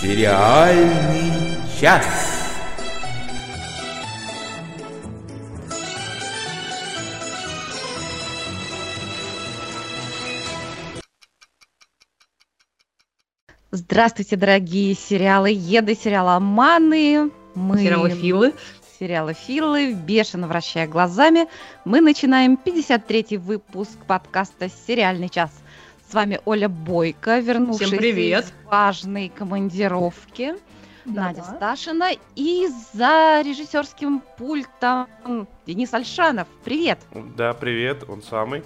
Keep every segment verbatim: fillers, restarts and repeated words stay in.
Сериальный час. Здравствуйте, дорогие сериалы-еды, сериаломаны. Мы... Сериалофилы. Сериалофилы, бешено вращая глазами. Мы начинаем пятьдесят третий выпуск подкаста «Сериальный час». С вами Оля Бойко, вернувшаяся из важной командировки. Да, Надя да. Сташина. И за режиссерским пультом Денис Альшанов. Привет! Да, привет, он самый.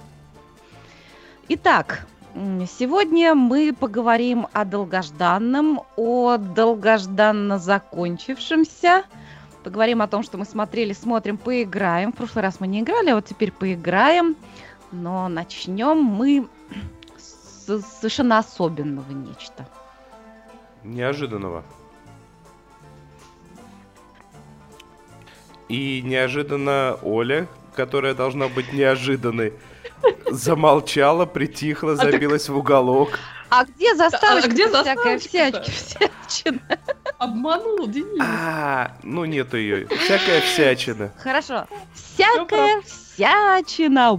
Итак, сегодня мы поговорим о долгожданном, о долгожданно закончившемся. Поговорим о том, что мы смотрели, смотрим, поиграем. В прошлый раз мы не играли, а вот теперь поиграем. Но начнем мы с совершенно особенного нечто. Неожиданного. И неожиданно Оля, которая должна быть неожиданной, замолчала, притихла, забилась в уголок. А где заставочка? А где всякая всячина? Обманул, Денис. А, ну нету ее. Всякая всячина. Хорошо. Всякая всячина.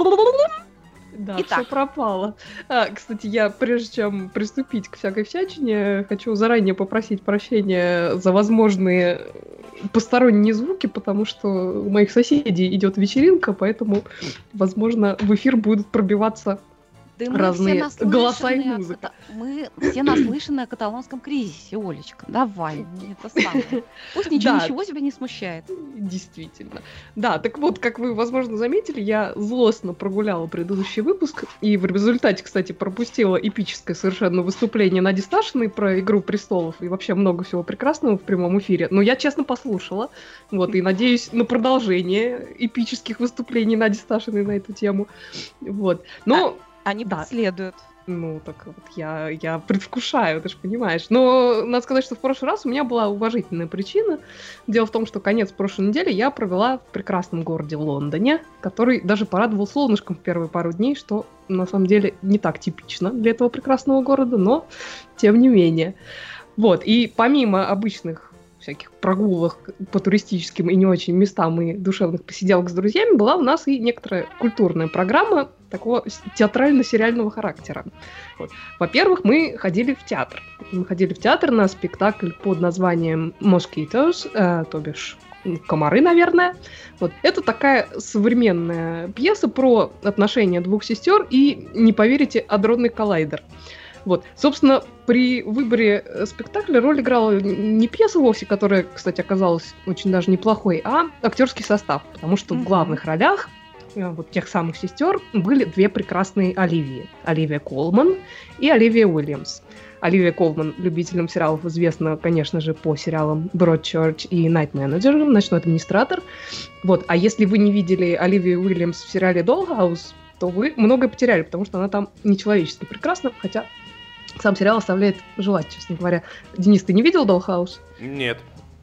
Да, Итак. все пропало. А, кстати, я, прежде чем приступить к всякой всячине, хочу заранее попросить прощения за возможные посторонние звуки, потому что у моих соседей идет вечеринка, поэтому, возможно, в эфир будут пробиваться да разные голоса и музыка. Мы все наслышаны о каталонском кризисе, Олечка. Давай, это самое. Пусть ничего, Да. ничего тебя не смущает. Действительно. Да, так вот, как вы, возможно, заметили, я злостно прогуляла предыдущий выпуск, и в результате, кстати, пропустила эпическое совершенно выступление Нади Сташиной про «Игру престолов» и вообще много всего прекрасного в прямом эфире. Но я, честно, послушала, вот, и надеюсь на продолжение эпических выступлений Нади Сташиной на эту тему. Вот. Но... Они Да. последуют. Ну, так вот, я, я предвкушаю, ты же понимаешь. Но надо сказать, что в прошлый раз у меня была уважительная причина. Дело в том, что конец прошлой недели я провела в прекрасном городе Лондоне, который даже порадовал солнышком в первые пару дней, что на самом деле не так типично для этого прекрасного города, но тем не менее. Вот, и помимо обычных всяких прогулок по туристическим и не очень местам и душевных посиделок с друзьями, была у нас и некоторая культурная программа такого театрально-сериального характера. Вот. Во-первых, мы ходили в театр. Мы ходили в театр на спектакль под названием «Mosquitoes», э, то бишь комары, наверное. Вот. Это такая современная пьеса про отношения двух сестер и, не поверите, адронный коллайдер. Вот. Собственно, при выборе спектакля роль играла не пьеса вовсе, которая, кстати, оказалась очень даже неплохой, а актерский состав, потому что mm-hmm. в главных ролях вот тех самых сестер были две прекрасные Оливии. Оливия Колман и Оливия Уильямс. Оливия Колман любителям сериалов известна, конечно же, по сериалам Broadchurch и Night Manager, «Ночной администратор». Вот. А если вы не видели Оливию Уильямс в сериале Dollhouse, то вы многое потеряли, потому что она там нечеловечески прекрасна, хотя сам сериал оставляет желать, честно говоря. Денис, ты не видел Dollhouse? Нет.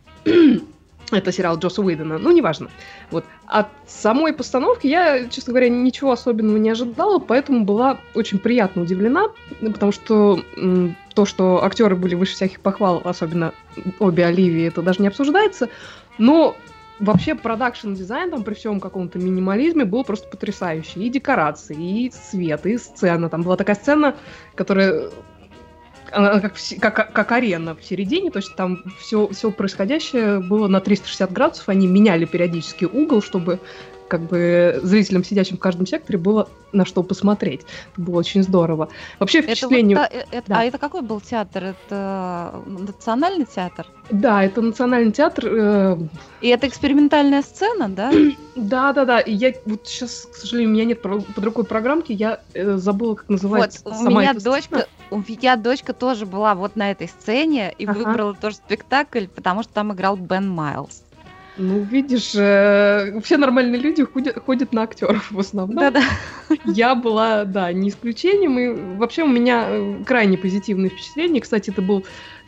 Это сериал Джосса Уидона, ну, неважно. Вот. От самой постановки я, честно говоря, ничего особенного не ожидала, поэтому была очень приятно удивлена, потому что м, то, что актеры были выше всяких похвал, особенно обе Оливии, это даже не обсуждается, но вообще продакшн-дизайн там при всем каком-то минимализме был просто потрясающий. И декорации, и свет, и сцена. Там была такая сцена, которая... Она как, как, как арена в середине, то есть там все, все происходящее было на триста шестьдесят градусов, они меняли периодически угол, чтобы как бы зрителям, сидящим в каждом секторе, было на что посмотреть. Это было очень здорово. Вообще впечатление... Это вот, это, да. А это какой был театр? Это национальный театр? Да, это национальный театр. Э... И это экспериментальная сцена, да? Да, да, да. И я вот сейчас, к сожалению, у меня нет под рукой программки, я э, забыла, как называется вот, сама у меня эта дочка, сцена. У меня дочка тоже была вот на этой сцене и ага. выбрала тоже спектакль, потому что там играл Бен Майлз. Ну, видишь, э, все нормальные люди ходят, ходят на актеров в основном. Да-да. Я была, да, не исключением. И вообще у меня крайне позитивное впечатление. Кстати, это был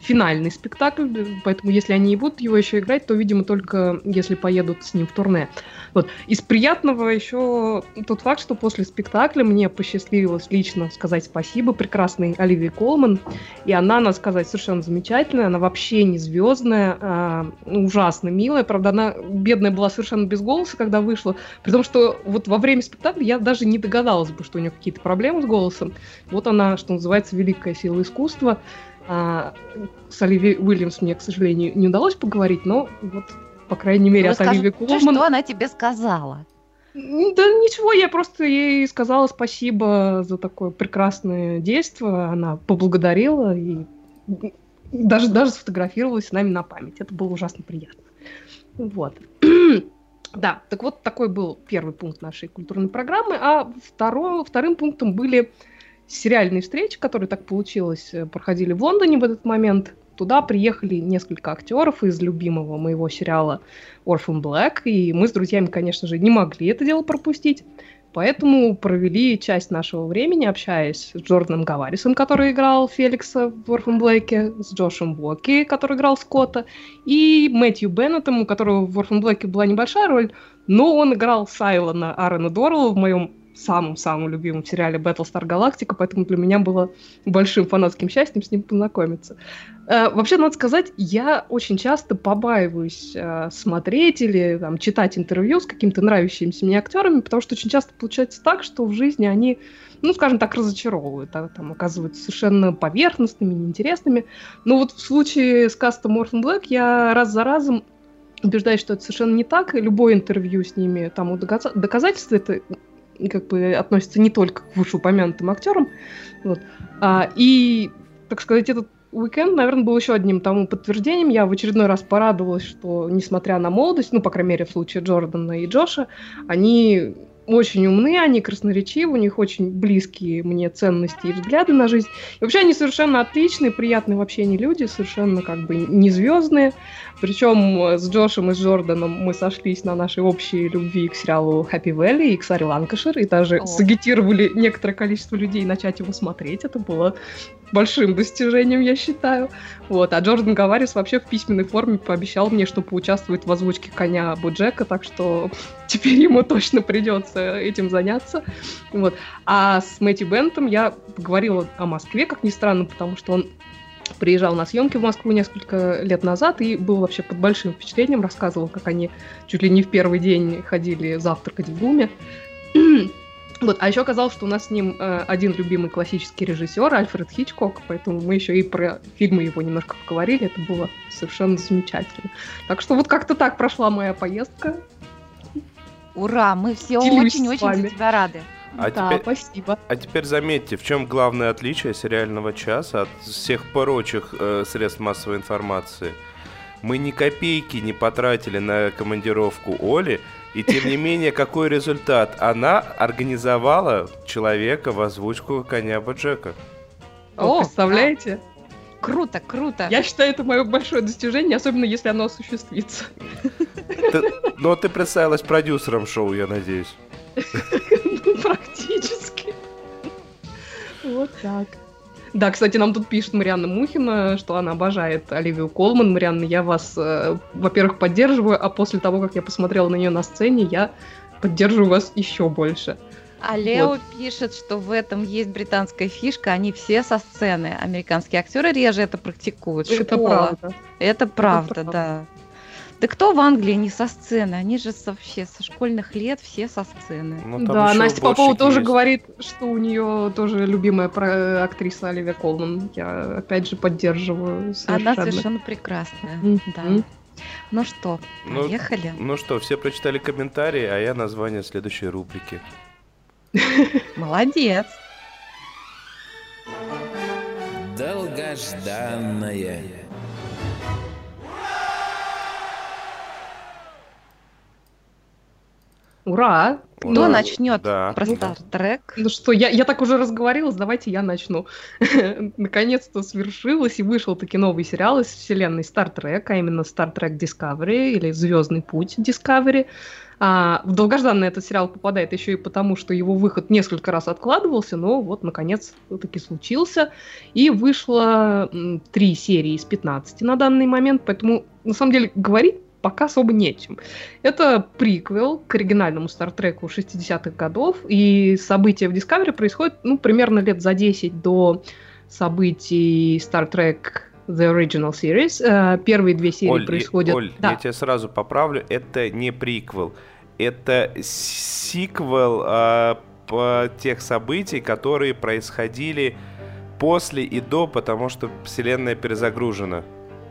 финальный спектакль, поэтому если они и будут его еще играть, то, видимо, только если поедут с ним в турне. Вот. Из приятного еще тот факт, что после спектакля мне посчастливилось лично сказать спасибо прекрасной Оливии Колман, и она, надо сказать, совершенно замечательная, она вообще не звездная, а, ужасно милая, правда, она бедная была совершенно без голоса, когда вышла, при том, что вот во время спектакля я даже не догадалась бы, что у нее какие-то проблемы с голосом. Вот она, что называется, великая сила искусства. А, с Оливией Уильямс мне, к сожалению, не удалось поговорить, но вот, по крайней мере, ну, от Оливии Колман... Что она тебе сказала? Да ничего, я просто ей сказала спасибо за такое прекрасное действие. Она поблагодарила и даже, даже сфотографировалась с нами на память. Это было ужасно приятно. Вот. Да, так вот такой был первый пункт нашей культурной программы. А второй, вторым пунктом были сериальные встречи, которые, так получилось, проходили в Лондоне в этот момент. Туда приехали несколько актеров из любимого моего сериала Orphan Black, и мы с друзьями, конечно же, не могли это дело пропустить, поэтому провели часть нашего времени, общаясь с Джорданом Гаварисом, который играл Феликса в Orphan Black, с Джошем Уоки, который играл Скотта, и Мэтью Беннетом, у которого в Orphan Black была небольшая роль, но он играл Сайлона Аарона Доррелла в моем самым-самым любимом сериале Battlestar Galactica, поэтому для меня было большим фанатским счастьем с ним познакомиться. Э, вообще, надо сказать, я очень часто побаиваюсь э, смотреть или там, читать интервью с какими-то нравящимися мне актерами, потому что очень часто получается так, что в жизни они, ну, скажем так, разочаровывают, а, там, оказываются совершенно поверхностными, неинтересными. Но вот в случае с кастом Orphan Black я раз за разом убеждаюсь, что это совершенно не так, и любое интервью с ними, там, доказательства это как бы относится не только к вышеупомянутым актерам. Вот. А, и, так сказать, этот уикенд, наверное, был еще одним тому подтверждением. Я в очередной раз порадовалась, что, несмотря на молодость, ну, по крайней мере, в случае Джордана и Джоша, они очень умны, они красноречивы, у них очень близкие мне ценности и взгляды на жизнь. И вообще они совершенно отличные, приятные в общении люди, совершенно как бы не звездные. Причем с Джошем и с Джорданом мы сошлись на нашей общей любви к сериалу Happy Valley и к Саре Ланкашир, и даже О. сагитировали некоторое количество людей начать его смотреть. Это было большим достижением, я считаю. Вот. А Джордан Гаварис вообще в письменной форме пообещал мне, что поучаствует в озвучке коня Боджека, так что теперь ему точно придется этим заняться. Вот. А с Мэтью Бентом я поговорила о Москве, как ни странно, потому что он приезжал на съемки в Москву несколько лет назад и был вообще под большим впечатлением, рассказывал, как они чуть ли не в первый день ходили завтракать в ГУМе. Вот. А еще оказалось, что у нас с ним э, один любимый классический режиссер Альфред Хичкок, поэтому мы еще и про фильмы его немножко поговорили, это было совершенно замечательно. Так что вот как-то так прошла моя поездка. Ура, мы все очень-очень за тебя рады. А да, теперь, спасибо. А теперь заметьте, в чем главное отличие сериального часа от всех прочих э, средств массовой информации. Мы ни копейки не потратили на командировку Оли, и тем не менее, какой результат? Она организовала человека в озвучку коня Боджека. О, представляете? А, круто, круто. Я считаю, это мое большое достижение, особенно если оно осуществится. Но ты представилась продюсером шоу, я надеюсь. Практически. Вот так. Да, кстати, нам тут пишет Марианна Мухина, что она обожает Оливию Колман. Марианна, я вас, э, во-первых, поддерживаю, а после того, как я посмотрела на нее на сцене, я поддерживаю вас еще больше. А Лео вот. пишет, что в этом есть британская фишка, они все со сцены. Американские актеры реже это практикуют. Это Школа. правда. Это правда, это правда. да. Да кто в Англии не со сцены? Они же вообще со школьных лет все со сцены. Ну, да, Настя Попова тоже есть. Говорит, что у нее тоже любимая актриса Оливия Колман. Я опять же поддерживаю совершенно. Она совершенно прекрасная, mm-hmm. да. Ну что, поехали? Ну, ну что, все прочитали комментарии, а я название следующей рубрики. Молодец. Долгожданное. Ура! Кто ну, начнет да. про Star Trek? Ну что, я, я так уже разговорилась, давайте я начну. Наконец-то свершилось и вышел таки новый сериал из вселенной Star Trek, а именно Star Trek Discovery или Звездный путь Discovery. А, в долгожданный этот сериал попадает еще и потому, что его выход несколько раз откладывался, но вот наконец таки случился. И вышло м, три серии из пятнадцати на данный момент, поэтому на самом деле говорить пока особо нечем. Это приквел к оригинальному Стартреку шестидесятых годов, и события в Discovery происходят, ну, примерно лет за десять до событий Star Trek The Original Series. Первые две серии Оль, происходят... Оль, да. я тебя сразу поправлю, это не приквел, это сиквел а, по тех событий, которые происходили после и до, потому что вселенная перезагружена.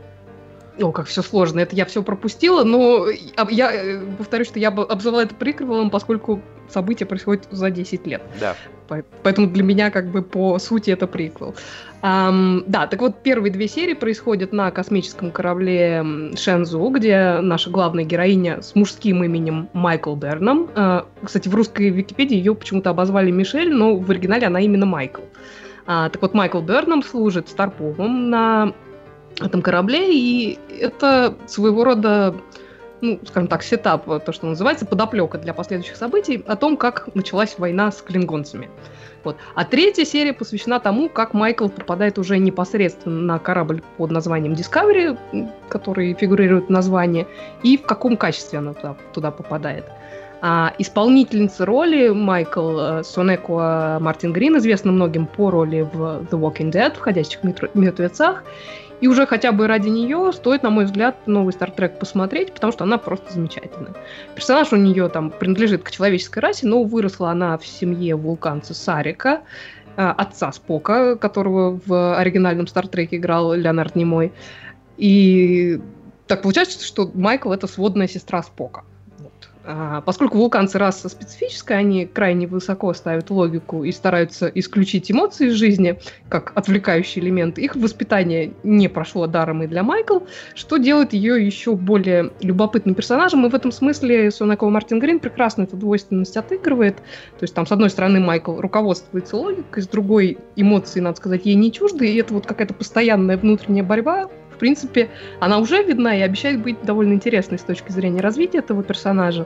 О, как все сложно. Это я все пропустила, но я повторюсь, что я бы обзывала это приквелом, поскольку события происходят за десять лет. Да. Поэтому для меня, как бы, по сути, это приквел. Um, да, так вот, первые две серии происходят на космическом корабле Шэньчжу, где наша главная героиня с мужским именем Майкл Берном. Uh, кстати, в русской Википедии ее почему-то обозвали Мишель, но в оригинале она именно Майкл. Uh, так вот, Майкл Берном служит старповым на этом корабле, и это своего рода, ну, скажем так, сетап, то, что называется, подоплека для последующих событий о том, как началась война с клингонцами. Вот. А третья серия посвящена тому, как Майкл попадает уже непосредственно на корабль под названием Discovery, который фигурирует в названии, и в каком качестве она туда, туда попадает. А исполнительница роли Майкл Сонеко Мартин Грин, известна многим по роли в The Walking Dead, в «Ходячих мертвецах», и уже хотя бы ради нее стоит, на мой взгляд, новый Star Trek посмотреть, потому что она просто замечательная. Персонаж у нее там принадлежит к человеческой расе, но выросла она в семье вулканца Сарика, отца Спока, которого в оригинальном Star Trek играл Леонард Немой. И так получается, что Майкл — это сводная сестра Спока. А, поскольку вулканцы раса специфическая, они крайне высоко ставят логику и стараются исключить эмоции из жизни как отвлекающий элемент, их воспитание не прошло даром и для Майкл, что делает ее еще более любопытным персонажем, и в этом смысле Сонеко Мартин Грин прекрасно эту двойственность отыгрывает. То есть там, с одной стороны, Майкл руководствуется логикой, с другой эмоции, надо сказать, ей не чужды, и это вот какая-то постоянная внутренняя борьба. В принципе, она уже видна и обещает быть довольно интересной с точки зрения развития этого персонажа.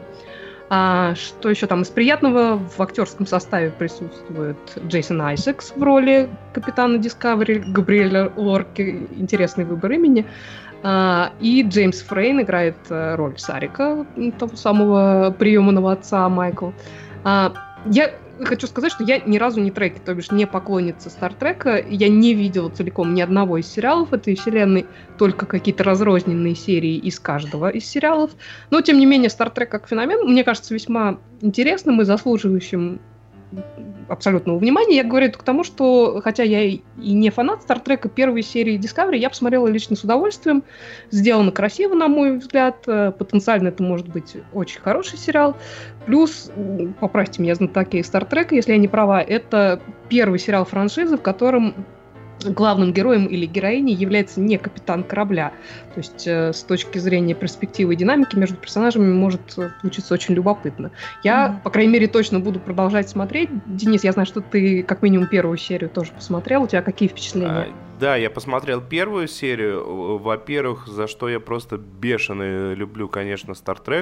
А что еще там из приятного? В актерском составе присутствует Джейсон Айзекс в роли капитана Discovery, Габриэля Лорки, интересный выбор имени. А, и Джеймс Фрейн играет роль Сарика, того самого приемного отца Майкл. А, я хочу сказать, что я ни разу не треки, то бишь не поклонница Стартрека. Я не видела целиком ни одного из сериалов этой вселенной, только какие-то разрозненные серии из каждого из сериалов. Но, тем не менее, Стартрек как феномен, мне кажется, весьма интересным и заслуживающим абсолютного внимания. Я говорю это к тому, что, хотя я и не фанат Стартрека, первой серии Discovery я посмотрела лично с удовольствием. Сделано красиво, на мой взгляд. Потенциально это может быть очень хороший сериал. Плюс, поправьте меня, знатоки Стартрека, если я не права, это первый сериал франшизы, в котором главным героем или героиней является не капитан корабля. То есть э, с точки зрения перспективы и динамики между персонажами может получиться очень любопытно. Я, mm-hmm. по крайней мере, точно буду продолжать смотреть. Денис, я знаю, что ты как минимум первую серию тоже посмотрел. У тебя какие впечатления? А, да, я посмотрел первую серию. Во-первых, за что я просто бешено люблю, конечно, Star Trek.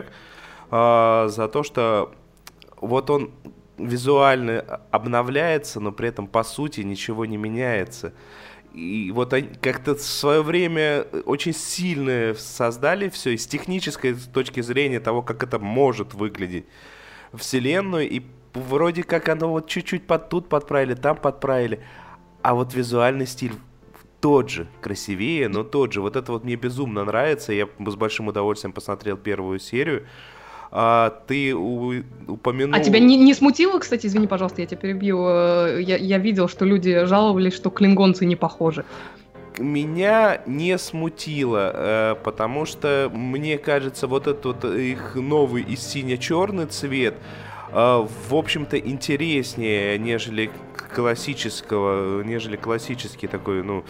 А, за то, что вот он визуально обновляется, но при этом по сути ничего не меняется. И вот они как-то в свое время очень сильно создали все и с технической точки зрения того, как это может выглядеть вселенную, и вроде как оно вот чуть-чуть под тут подправили, там подправили, а вот визуальный стиль тот же, красивее, но тот же. Вот это вот мне безумно нравится, я с большим удовольствием посмотрел первую серию. А, ты у, упомянул... А тебя не, не смутило, кстати, извини, пожалуйста, я тебя перебью, я, я видел, что люди жаловались, что клингонцы не похожи. Меня не смутило, потому что, мне кажется, вот этот вот их новый и сине-черный цвет, в общем-то, интереснее, нежели классического, нежели классический такой, ну...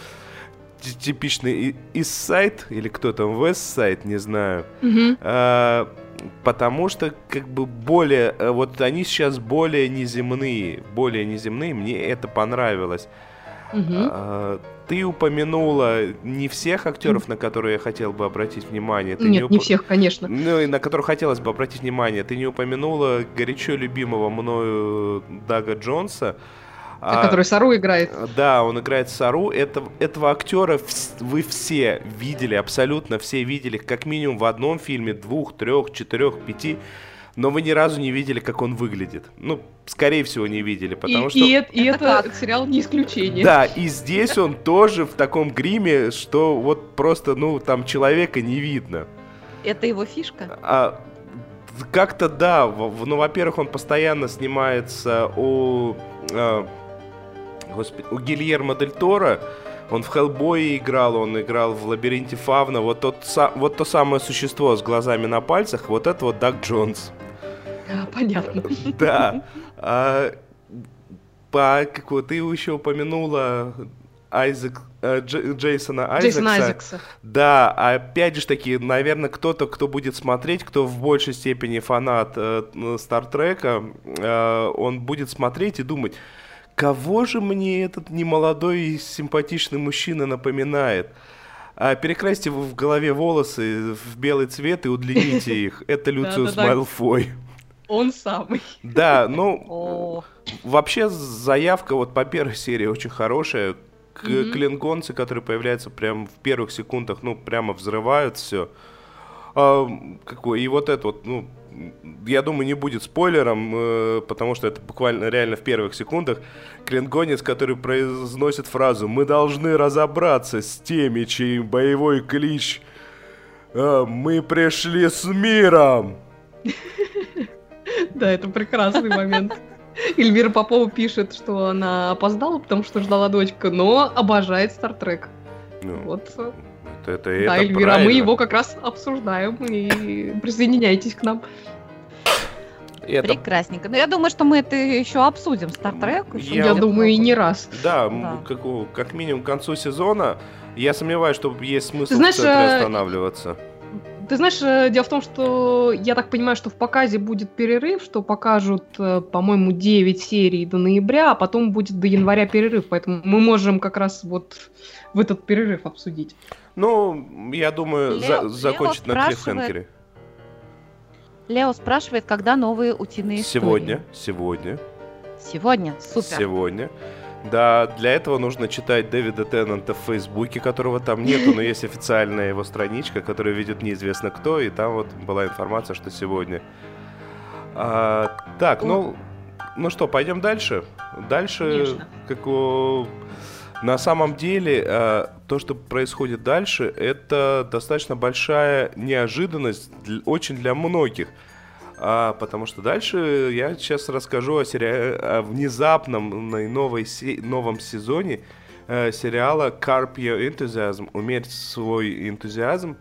типичный East Side, или кто там, West Side, не знаю. Mm-hmm. А, потому что как бы более, вот они сейчас более неземные, более неземные, мне это понравилось. Угу. Ты упомянула не всех актеров, на которые я хотел бы обратить внимание. Ты Нет, не, не, уп... не всех, конечно. Ну, и на которых хотелось бы обратить внимание. Ты не упомянула горячо любимого мною Дага Джонса. А, который Сару играет. Да, он играет Сару. Это, этого актера вы все видели, абсолютно все видели, как минимум в одном фильме, двух, трех, четырех, пяти. Но вы ни разу не видели, как он выглядит. Ну, скорее всего, не видели, потому и, что... И, это, и это, это сериал не исключение. Да, и здесь он тоже в таком гриме, что вот просто, ну, там человека не видно. Это его фишка? А, как-то да. Ну, во-первых, он постоянно снимается у... А, господи, у Гильермо Дель Торо. Он в Хеллбое играл, он играл в Лабиринте Фавна. Вот, тот, вот то самое существо с глазами на пальцах, вот это вот Даг Джонс. А, понятно. Да. А, по, как вот, ты еще упомянула Айзек, э, Дж, Джейсона Айзекса. Джейсона Айзекса. Да, опять же таки, наверное, кто-то, кто будет смотреть, кто в большей степени фанат э, Стартрека, э, он будет смотреть и думать, кого же мне этот немолодой и симпатичный мужчина напоминает? А перекрасьте в голове волосы в белый цвет и удлините их. Это Люциус Малфой. Он самый. Да, ну, вообще заявка вот по первой серии очень хорошая. Клингонцы, которые появляются прямо в первых секундах, ну, прямо взрывают все. И вот это вот, ну, я думаю, не будет спойлером, э, потому что это буквально реально в первых секундах. Клингонец, который произносит фразу «Мы должны разобраться с теми, чей боевой клич э, «Мы пришли с миром». Да, это прекрасный момент. Эльвира Попова пишет, что она опоздала, потому что ждала дочка, но обожает Стартрек. Вот. Это, это, да, это Эльвира, правильно. мы его как раз обсуждаем, и присоединяйтесь к нам. Это... Прекрасненько. Но я думаю, что мы это еще обсудим, Стартрек. Я, я думаю, и не раз. Да, да. Как, как минимум к концу сезона. Я сомневаюсь, что есть смысл знаешь, в центре останавливаться. Ты знаешь, дело в том, что я так понимаю, что в показе будет перерыв, что покажут, по-моему, девять серий до ноября, а потом будет до января перерыв, поэтому мы можем как раз вот в этот перерыв обсудить. Ну, я думаю, Лео, за- закончить Лео на клиффхенгере. Лео спрашивает, когда новые утиные сегодня, истории. Сегодня. Сегодня? Супер. Сегодня. Да, для этого нужно читать Дэвида Теннанта в Фейсбуке, которого там нету, но есть официальная его страничка, которая ведет неизвестно кто, и там вот была информация, что сегодня. А, так, ну, ну что, пойдем дальше? Дальше, Конечно. как у... На самом деле, э, то, что происходит дальше, это достаточно большая неожиданность, для, очень для многих. А, потому что дальше я сейчас расскажу о, сери... о внезапном новой се... новом сезоне э, сериала Curb Your Enthusiasm, «Умерь свой энтузиазм».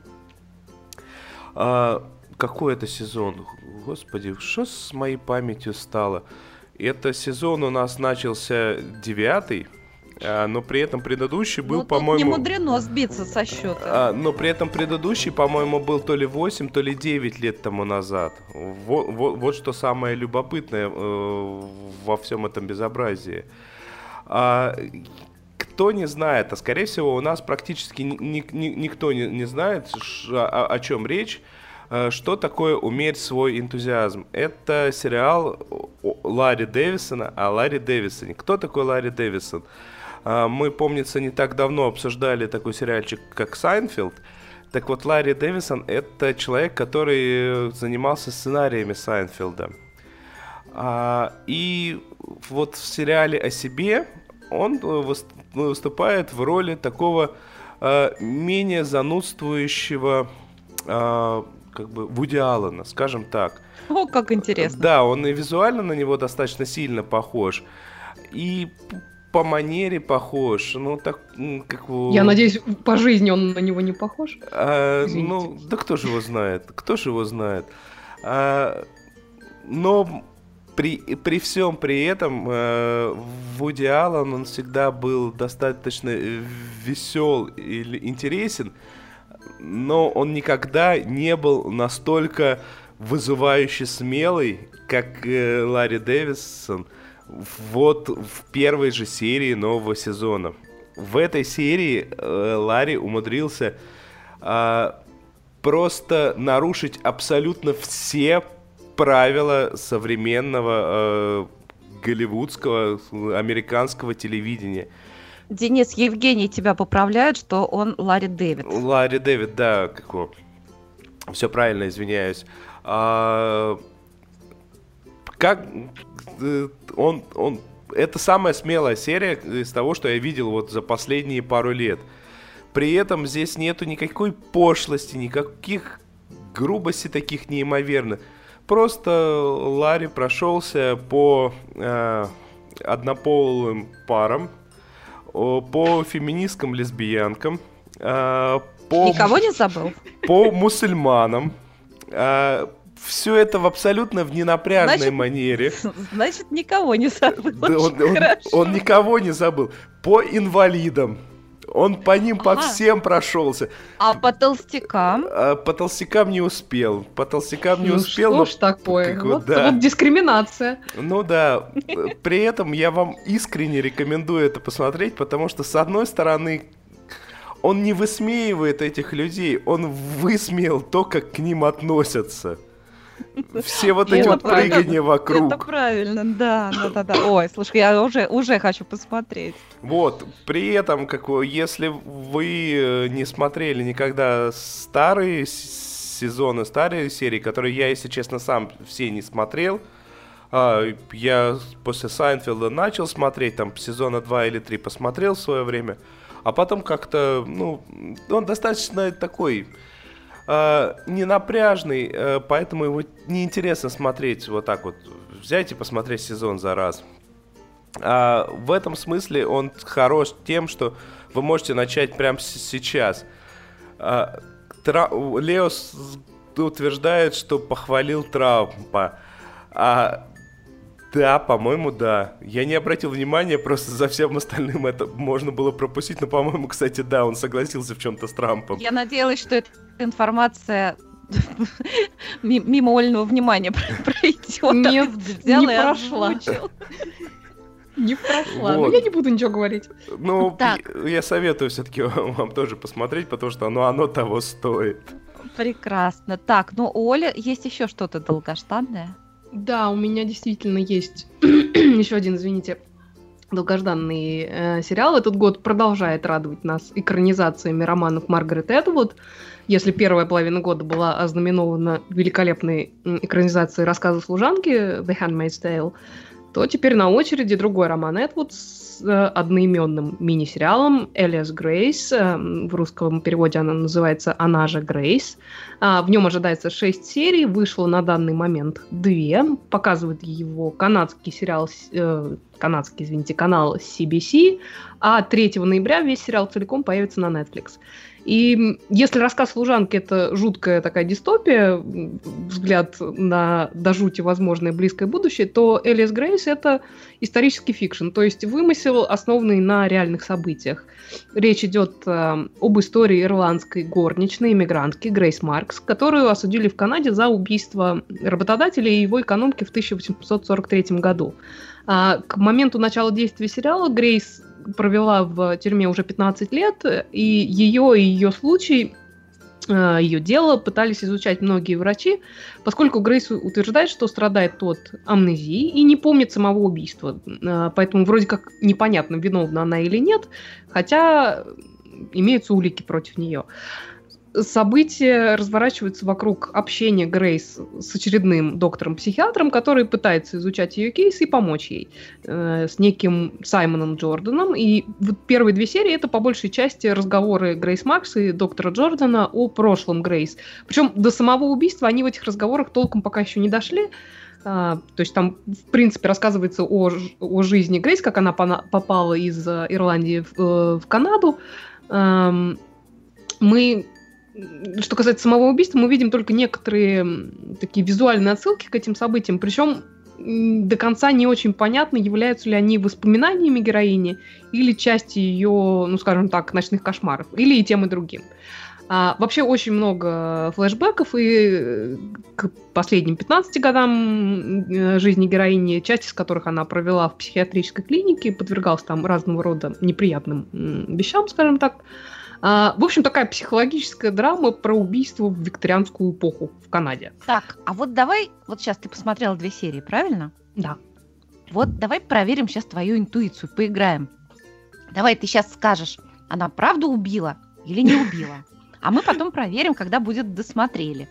А, какой это сезон? Господи, что с моей памятью стало? Это сезон у нас начался девятый. А, но при этом предыдущий был, ну, по-моему... не мудрено сбиться со счета. А, но при этом предыдущий, по-моему, был то ли восемь, то ли девять лет тому назад. Вот, вот, вот что самое любопытное э, во всем этом безобразии. А, кто не знает, а скорее всего у нас практически ни, ни, никто не, не знает, о, о чем речь. Что такое «Умерь свой энтузиазм»? Это сериал Ларри Дэвисона о Ларри Дэвисоне. Кто такой Ларри Дэвисон? Мы, помнится, не так давно обсуждали такой сериальчик, как «Сайнфелд». Так вот, Ларри Дэвисон — это человек, который занимался сценариями «Сайнфелда». И вот в сериале о себе он выступает в роли такого менее занудствующего, как бы, Вуди Аллена, скажем так. О, как интересно. Да, он и визуально на него достаточно сильно похож. И по манере похож, ну так как... Я надеюсь, по жизни он на него не похож? А, ну, да кто же его знает, кто же его знает. А, но при, при всем при этом э, Вуди Аллен, он всегда был достаточно весел и интересен, но он никогда не был настолько вызывающе смелый, как э, Ларри Дэвисон, вот в первой же серии нового сезона. В этой серии э, Ларри умудрился э, просто нарушить абсолютно все правила современного э, голливудского, американского телевидения. Денис, Евгений тебя поправляет, что он Ларри Дэвид. Ларри Дэвид, да, как его. Все правильно, извиняюсь. А, как он, он, это самая смелая серия из того, что я видел вот за последние пару лет. При этом здесь нету никакой пошлости, никаких грубостей таких неимоверных. Просто Ларри прошелся по э, однополым парам, по феминисткам, лесбиянкам, э, по, никого не забыл? По мусульманам. Э, все это в абсолютно в ненапряжной значит, манере. Значит, никого не забыл. Да, он, он, он никого не забыл. По инвалидам. Он по ним, ага. по всем прошелся. А по толстякам? А, по толстякам не успел. По толстякам не ну, успел. Что но... ж такое? Как, вот, да. вот дискриминация. Ну да. При этом я вам искренне рекомендую это посмотреть, потому что, с одной стороны, он не высмеивает этих людей, он высмеял то, как к ним относятся. Все вот эти вот прыгания вокруг. Это правильно, да, да, да, да. Ой, слушай, я уже, уже хочу посмотреть. Вот, при этом, как вы, если вы не смотрели никогда старые сезоны, старые серии, которые я, если честно, сам все не смотрел, я после Сайнфелда начал смотреть, там, сезона два или три посмотрел в свое время, а потом как-то, ну, он достаточно такой... Uh, ненапряжный, uh, поэтому его неинтересно смотреть вот так вот, взять и посмотреть сезон за раз. Uh, в этом смысле он хорош тем, что вы можете начать прямо с- сейчас. Uh, Тра- Лео утверждает, что похвалил Трампа. Uh, Да, по-моему, да. Я не обратил внимания, просто за всем остальным это можно было пропустить. Но, по-моему, кстати, да, он согласился в чем-то с Трампом. Я надеялась, что эта информация мимо Ольного внимания пройдет. Нет, не прошла. Не прошла. Ну, я не буду ничего говорить. Ну, я советую все-таки вам тоже посмотреть, потому что оно, оно того стоит. Прекрасно. Так, ну у Оли есть еще что-то долгожданное? Да, у меня действительно есть еще один, извините, долгожданный э, сериал. Этот год продолжает радовать нас экранизациями романов Маргарет Этвуд. Если первая половина года была ознаменована великолепной экранизацией рассказа служанки The Handmaid's Tale, то теперь на очереди другой роман Этвуд с э, одноименным мини-сериалом Элиас Грейс. Э, в русском переводе она называется «Она же Грейс». А, в нем ожидается шесть серий, вышло на данный момент две. Показывает его канадский сериал, э, канадский, извините, канал си би си. А третьего ноября весь сериал целиком появится на Netflix. И если рассказ служанки — это жуткая такая дистопия, взгляд на до жути возможное близкое будущее, то Элиас Грейс — это исторический фикшн, то есть вымысел, основанный на реальных событиях. Речь идет э, об истории ирландской горничной, иммигрантки Грейс Маркс, которую осудили в Канаде за убийство работодателя и его экономки в тысяча восемьсот сорок третьем году. А к моменту начала действия сериала Грейс провела в тюрьме уже пятнадцать лет, и ее и ее случай, ее дело пытались изучать многие врачи, поскольку Грейс утверждает, что страдает от амнезии и не помнит самого убийства. Поэтому вроде как непонятно, виновна она или нет, хотя имеются улики против нее. События разворачиваются вокруг общения Грейс с очередным доктором-психиатром, который пытается изучать ее кейс и помочь ей, э, с неким Саймоном Джорданом. И вот первые две серии — это по большей части разговоры Грейс Маркс и доктора Джордана о прошлом Грейс. Причем до самого убийства они в этих разговорах толком пока еще не дошли. Uh, то есть там, в принципе, рассказывается о, о жизни Грейс, как она попала из Ирландии в, в Канаду. Uh, мы... Что касается самого убийства, мы видим только некоторые такие визуальные отсылки к этим событиям, причем до конца не очень понятно, являются ли они воспоминаниями героини или частью ее, ну скажем так, ночных кошмаров, или и тем, и другим. А, вообще очень много флешбеков и к последним пятнадцати годам жизни героини, часть из которых она провела в психиатрической клинике, подвергалась там разного рода неприятным вещам, скажем так. А, в общем, такая психологическая драма про убийство в викторианскую эпоху в Канаде. Так, а вот давай, вот сейчас ты посмотрела две серии, правильно? Да. Вот давай проверим сейчас твою интуицию, поиграем. Давай ты сейчас скажешь, она правду убила или не убила? А мы потом проверим, когда будет досмотрели.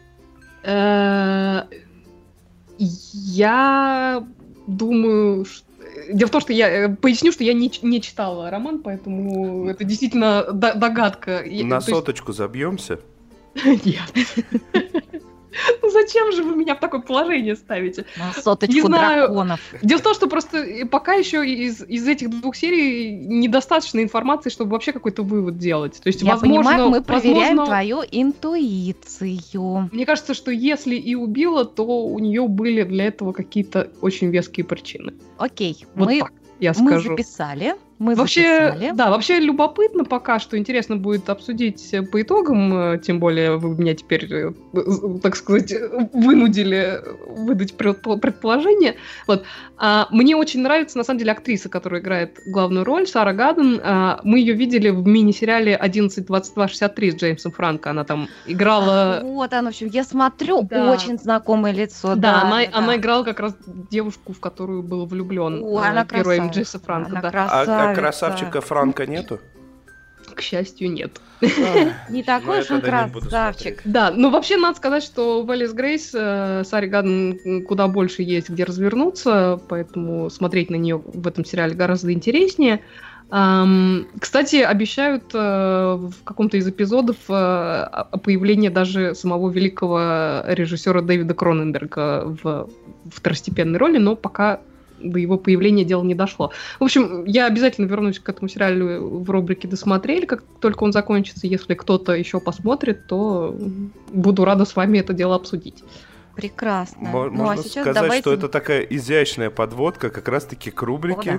Я думаю, что... Дело в том, что я поясню, что я не, не читала роман, поэтому это действительно догадка. На соточку есть... забьемся? Нет. Ну зачем же вы меня в такое положение ставите? На соточку драконов. Дело в том, что просто пока еще из, из этих двух серий недостаточно информации, чтобы вообще какой-то вывод делать. То есть, я возможно, понимаю, мы проверяем возможно, твою интуицию. Мне кажется, что если и убила, то у нее были для этого какие-то очень веские причины. Окей, вот мы, так я мы скажу. записали. Мы вообще, записали. Да, вообще любопытно пока, что интересно будет обсудить по итогам, тем более вы меня теперь, так сказать, вынудили выдать предположение. Вот. А, мне очень нравится, на самом деле, актриса, которая играет главную роль, Сара Гадден. А, мы ее видели в мини-сериале одиннадцать двадцать два шестьдесят три с Джеймсом Франко. Она там играла... А, вот она, в общем, я смотрю, да. Очень знакомое лицо. Да, да, она, да, она да. играла как раз девушку, в которую был влюблен О, она героем Джеймса Франко. Она да. красавица. А красавчика Франка нету? К счастью, нет. Не такой уж он красавчик. Да, но вообще надо сказать, что в Элис Грейс Саре Гадден куда больше есть где развернуться, поэтому смотреть на нее в этом сериале гораздо интереснее. Кстати, обещают в каком-то из эпизодов появление даже самого великого режиссера Дэвида Кроненберга в второстепенной роли, но пока до его появления дело не дошло. В общем, я обязательно вернусь к этому сериалу в рубрике «Досмотрели», как только он закончится. Если кто-то еще посмотрит, то буду рада с вами это дело обсудить. Прекрасно. Можно ну, а сейчас сказать, давайте... что это такая изящная подводка как раз-таки к рубрике.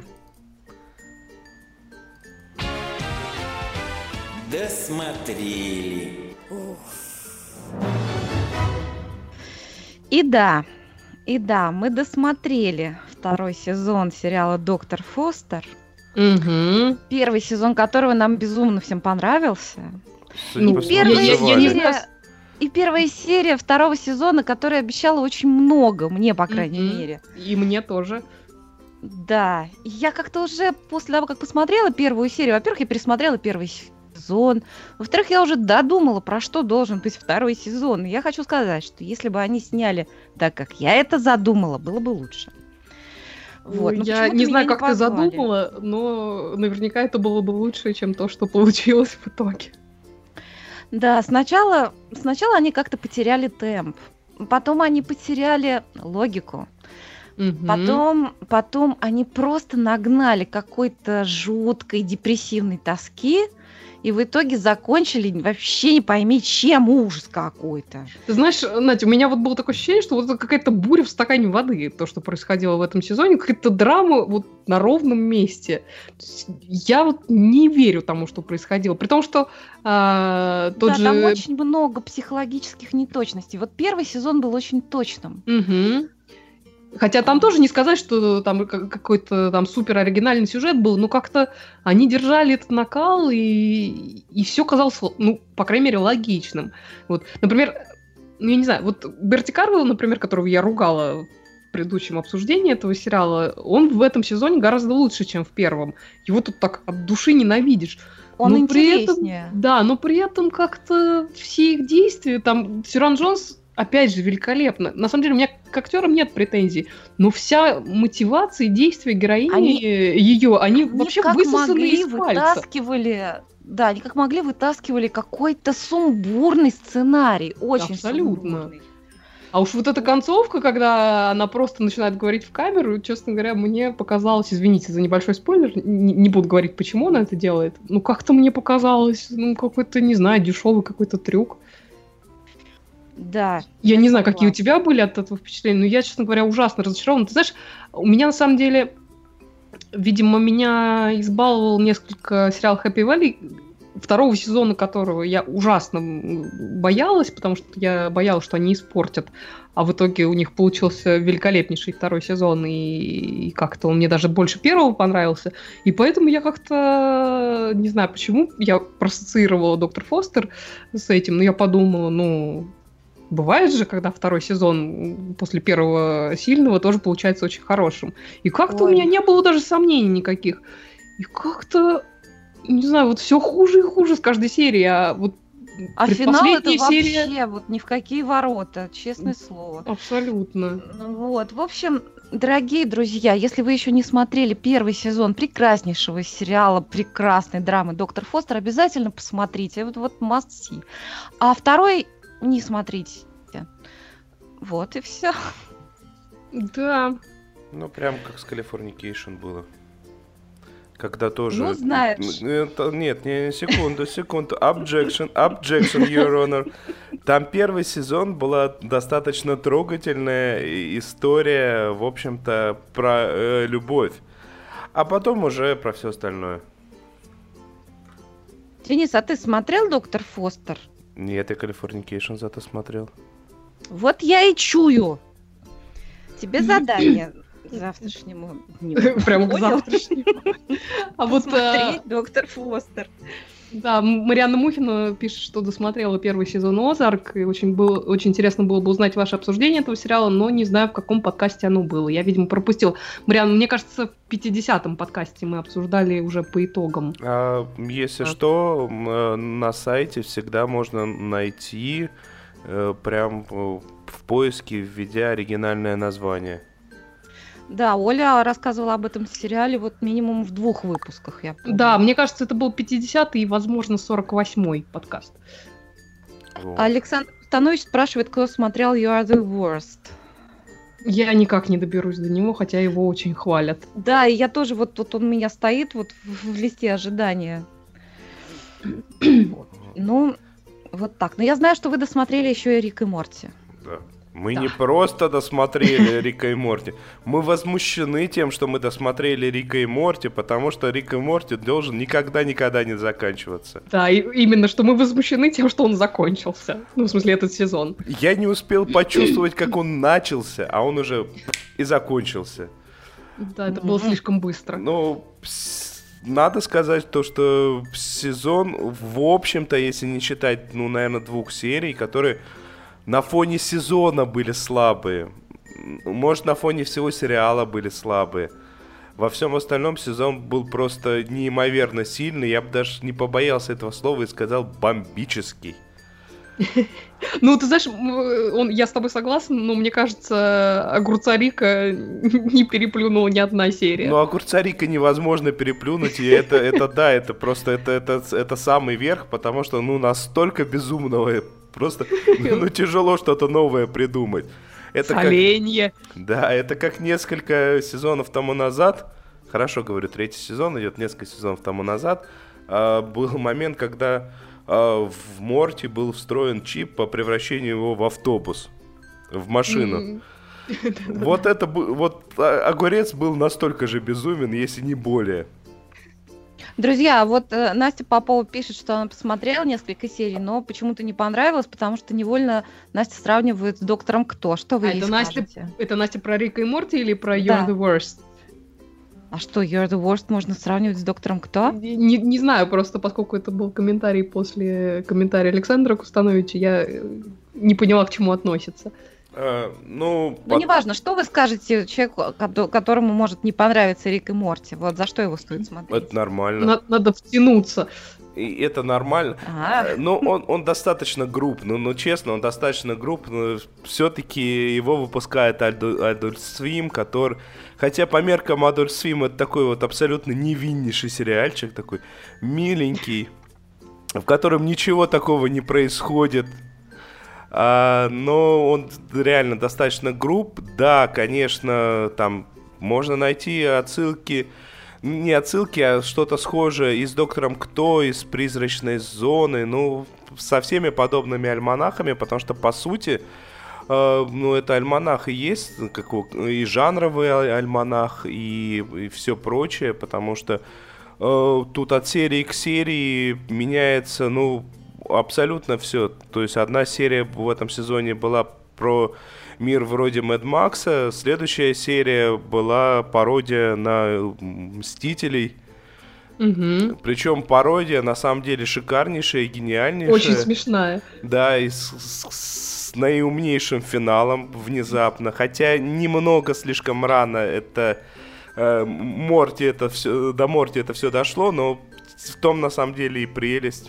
О, да. Досмотрели. И да, и да, мы досмотрели второй сезон сериала «Доктор Фостер». Угу. Первый сезон которого нам безумно всем понравился. Ну, и, первая я, я, я не знаю. и первая серия второго сезона, которая обещала очень много, мне, по крайней mm-hmm. мере. И мне тоже. Да. Я как-то уже после того, как посмотрела первую серию, во-первых, я пересмотрела первый сезон, во-вторых, я уже додумала, про что должен быть второй сезон. И я хочу сказать, что если бы они сняли так, как я это задумала, было бы лучше. Вот, я не знаю, как не ты задумала, но наверняка это было бы лучше, чем то, что получилось в итоге. Да, сначала, сначала они как-то потеряли темп, потом они потеряли логику, угу. потом, потом они просто нагнали какой-то жуткой депрессивной тоски, и в итоге закончили вообще не пойми чем, ужас какой-то. Ты знаешь, Надя, у меня вот было такое ощущение, что вот это какая-то буря в стакане воды, то, что происходило в этом сезоне, какая-то драма вот на ровном месте. Я вот не верю тому, что происходило. При том, что а, тот да, же... там очень много психологических неточностей. Вот первый сезон был очень точным. Угу. Хотя там тоже не сказать, что там какой-то там супер оригинальный сюжет был, но как-то они держали этот накал, и, и все казалось, ну, по крайней мере, логичным. Вот, например, ну, я не знаю, вот Берти Карвелл, например, которого я ругала в предыдущем обсуждении этого сериала, он в этом сезоне гораздо лучше, чем в первом. Его тут так от души ненавидишь. Он но интереснее. При этом, да, но при этом как-то все их действия, там, Сиран Джонс, опять же, великолепно. На самом деле, у меня к актерам нет претензий, но вся мотивация и действия героини они, ее, они, они вообще высосаны из пальца. Вытаскивали, да, они как могли вытаскивали какой-то сумбурный сценарий, очень абсолютно. Сумбурный. А уж вот эта концовка, когда она просто начинает говорить в камеру, честно говоря, мне показалось, извините за небольшой спойлер, не, не буду говорить, почему она это делает, ну как-то мне показалось, ну какой-то, не знаю, дешевый какой-то трюк. Да. Я не знаю, какие у тебя были от этого впечатления, но я, честно говоря, ужасно разочарована. Ты знаешь, у меня на самом деле, видимо, меня избаловал несколько сериал Happy Valley, второго сезона которого я ужасно боялась, потому что я боялась, что они испортят. А в итоге у них получился великолепнейший второй сезон, и, и как-то он мне даже больше первого понравился. И поэтому я как-то, не знаю почему, я проассоциировала доктор Фостер с этим, но я подумала, ну, бывает же, когда второй сезон после первого сильного тоже получается очень хорошим. И как-то Ой. у меня не было даже сомнений никаких. И как-то, не знаю, вот все хуже и хуже с каждой серии, а вот А финал это серия... вообще вот ни в какие ворота, честное слово. Абсолютно. Вот, в общем, дорогие друзья, если вы еще не смотрели первый сезон прекраснейшего сериала, прекрасной драмы «Доктор Фостер», обязательно посмотрите. Вот, вот must see. А второй не смотрите. Вот и все. Да. Ну, прям как с Californication было. Когда тоже... Ну, знаешь. Это, нет, не, секунду, секунду. Objection, objection, your honor. Там первый сезон была достаточно трогательная история, в общем-то, про э, любовь. А потом уже про все остальное. Денис, а ты смотрел «Доктор Фостер»? Нет, я Californication зато смотрел. Вот я и чую. Тебе задание... К завтрашнему дню. Прямо к завтрашнему. А вот смотреть «Доктор Фостер». Да, Марианна Мухина пишет, что досмотрела первый сезон «Озарк», и очень, было, очень интересно было бы узнать ваше обсуждение этого сериала, но не знаю, в каком подкасте оно было. Я, видимо, пропустил. Марианна, мне кажется, в пятидесятом подкасте мы обсуждали уже по итогам. А, если а. что, на сайте всегда можно найти прям в поиске, введя оригинальное название. Да, Оля рассказывала об этом сериале вот минимум в двух выпусках, я помню. Да, мне кажется, это был пятидесятый и, возможно, сорок восьмой подкаст. Вот. Александр Станович спрашивает, кто смотрел You Are The Worst. Я никак не доберусь до него, хотя его очень хвалят. Да, и я тоже, вот тут он у меня стоит вот в, в листе ожидания. Ну, вот так. Но я знаю, что вы досмотрели еще и Рик и Морти. Да. Мы да. не просто досмотрели Рика и Морти. Мы возмущены тем, что мы досмотрели Рика и Морти, потому что Рик и Морти должен никогда-никогда не заканчиваться. Да, и именно, что мы возмущены тем, что он закончился. Ну, в смысле, этот сезон. Я не успел почувствовать, как он начался, а он уже и закончился. Да, это было слишком быстро. Ну, надо сказать то, что сезон, в общем-то, если не считать, ну, наверное, двух серий, которые... на фоне сезона были слабые. Может, на фоне всего сериала были слабые. Во всем остальном сезон был просто неимоверно сильный. Я бы даже не побоялся этого слова и сказал бомбический. Ну, ты знаешь, он, я с тобой согласна, но мне кажется, огурца Рика не переплюнула ни одна серия. Ну, огурца Рика невозможно переплюнуть, и это, это да, это просто это, это, это самый верх, потому что, ну, настолько безумного, просто, ну, тяжело что-то новое придумать. Это Соленье. Как, да, это как несколько сезонов тому назад, хорошо говорю, третий сезон идет, несколько сезонов тому назад, э, был момент, когда э, в Морти был встроен чип по превращению его в автобус, в машину. Mm. Вот это, вот огурец был настолько же безумен, если не более. Друзья, вот э, Настя Попова пишет, что она посмотрела несколько серий, но почему-то не понравилось, потому что невольно Настя сравнивает с «Доктором Кто». Что вы а ей это скажете? Настя, это Настя про Рика и Морти или про You're да. the Worst? А что, You're the Worst можно сравнивать с «Доктором Кто»? Не, не знаю, просто поскольку это был комментарий после комментария Александра Кустановича, я не поняла, к чему относится. Uh, ну, ну под... неважно, что вы скажете человеку, которому может не понравиться Рик и Морти? Вот за что его стоит смотреть? Это нормально. Надо, надо втянуться. И это нормально. А-а-а. Но он, он достаточно груб. Ну, ну, честно, он достаточно груб. Но все-таки его выпускает Adult Swim, который... Хотя по меркам Adult Swim это такой вот абсолютно невиннейший сериальчик, такой миленький, в котором ничего такого не происходит. А, но он реально достаточно груб. Да, конечно, там можно найти отсылки, не отсылки, а что-то схожее и с «Доктором Кто», и с «Призрачной зоной», ну, со всеми подобными альманахами, потому что, по сути, э, ну, это альманах и есть, как, и жанровый альманах, и, и все прочее, потому что тут от серии к серии меняется, ну, абсолютно все. То есть одна серия в этом сезоне была про мир вроде Мэд Макса, следующая серия была пародия на Мстителей. Угу. Причем пародия на самом деле шикарнейшая и гениальнейшая. Очень смешная. Да, и с, с, с наиумнейшим финалом внезапно. Хотя немного слишком рано это э, Морти это все, до Морти это все дошло, но в том на самом деле и прелесть.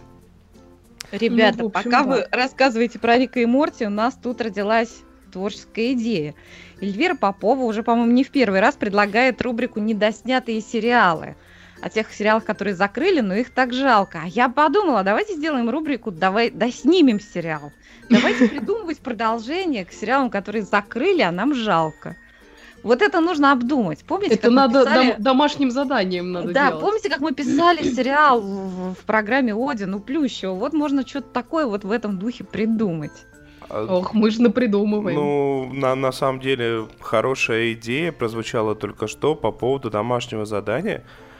Ребята, ну, общем, пока да. вы рассказываете про Рика и Морти, у нас тут родилась творческая идея. Эльвира Попова уже, по-моему, не в первый раз предлагает рубрику «Недоснятые сериалы». О тех сериалах, которые закрыли, но их так жалко. А я подумала, давайте сделаем рубрику «Давай доснимем сериал». Давайте придумывать продолжение к сериалам, которые закрыли, а нам жалко. Вот это нужно обдумать. Помните, это как надо мы писали... дом- домашним заданием надо да, делать. помните, как мы писали сериал в, в программе Один у Плющева? Вот можно что-то такое вот в этом духе придумать. Ох, мы же напридумываем. Ну, на, на самом деле, хорошая идея прозвучала только что по поводу домашнего задания.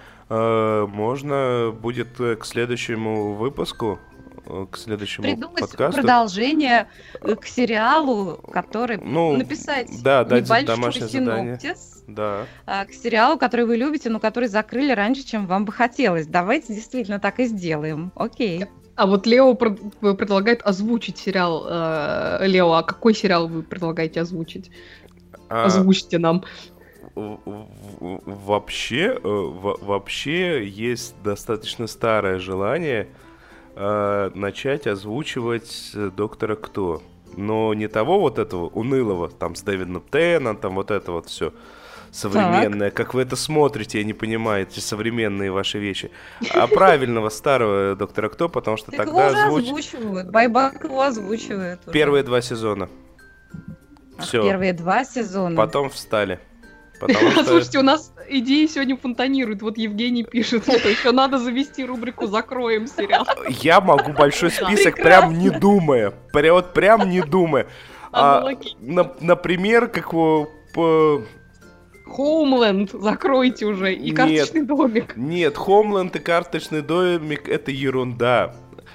Э, можно будет к следующему выпуску, к следующему Придумать подкасту продолжение к сериалу, который ну, написать да, дать небольшой домашнее задание. синопсис Да. к сериалу, который вы любите, но который закрыли раньше, чем вам бы хотелось. Давайте действительно так и сделаем. Окей. А вот Лео пред- предлагает озвучить сериал. Э, Лео, а какой сериал вы предлагаете озвучить? А, Озвучьте нам. в- в- вообще, э, в- вообще есть достаточно старое желание э, начать озвучивать э, Доктора Кто. Но не того вот этого унылого, там, с Дэвидом Теннантом, вот это вот все современное. Как вы это смотрите, я не понимаю, эти современные ваши вещи. А правильного старого Доктора Кто, потому что Так его тогда уже озвуч... озвучивают. Байбак его озвучивает. уже. Первые два сезона. Ах, Все. Первые два сезона. Потом встали. Потому что... Слушайте, у нас идеи сегодня фонтанируют. Вот Евгений пишет, что еще надо завести рубрику «Закроем сериал». Я могу большой список, прям не думая. Прям, вот прям не думая. А, на- например, как у... по- Хоумленд закройте уже. И Нет. карточный домик. Нет, Homeland и карточный домик — это ерунда.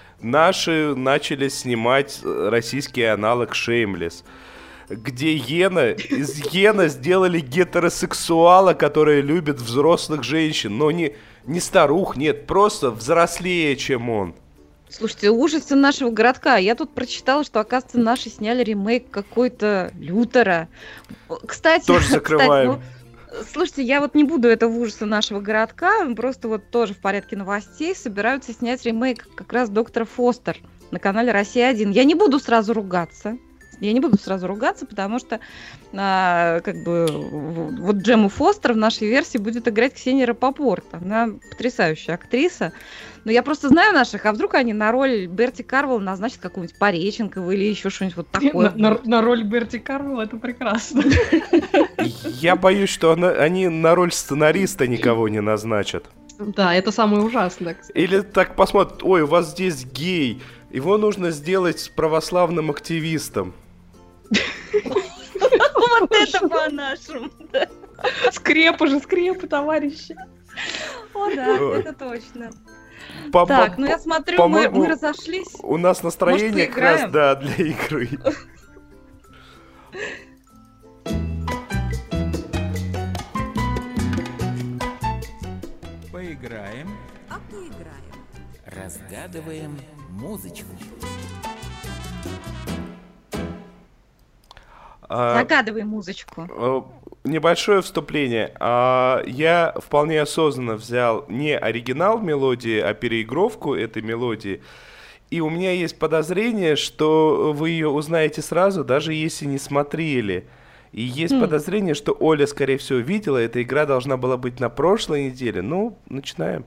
Наши начали снимать российский аналог Shameless, где Йена, из Йена сделали гетеросексуала, который любит взрослых женщин, но не, не старух, нет, просто взрослее, чем он. Слушайте, ужасы нашего городка. Я тут прочитала, что, оказывается, наши сняли ремейк какой-то Лютера. Кстати, Тоже кстати, закрываем. ну, слушайте, я вот не буду это в ужасы нашего городка, просто вот тоже в порядке новостей собираются снять ремейк как раз «Доктора Фостер» на канале «Россия один». Я не буду сразу ругаться. Я не буду сразу ругаться, потому что а, как бы в- вот Джему Фостер в нашей версии будет играть Ксения Рапопорт. Она потрясающая актриса. Но я просто знаю наших, а вдруг они на роль Берти Карвелла назначат какого-нибудь Пореченкова или еще что-нибудь вот такое. На, на- на роль Берти Карвелла это прекрасно. Я боюсь, что она- они на роль сценариста никого не назначат. Да, это самое ужасное, кстати. Или так посмотрят, ой, у вас здесь гей, его нужно сделать православным активистом. Вот это по-нашему. Скрепы же, скрепы, товарищи. О, да, Ой. это точно. По- Так, по- ну я смотрю, мы, по-моему, мы разошлись. У нас настроение Может, как раз, поиграем? да, для игры. Поиграем, А поиграем. разгадываем музычку. А, Загадывай музычку. э, Небольшое вступление. А, Я вполне осознанно взял не оригинал мелодии, а переигровку этой мелодии. И у меня есть подозрение, что вы ее узнаете сразу, даже если не смотрели. И есть Хм. подозрение, что Оля, скорее всего, видела. Эта игра должна была быть на прошлой неделе. Ну, начинаем.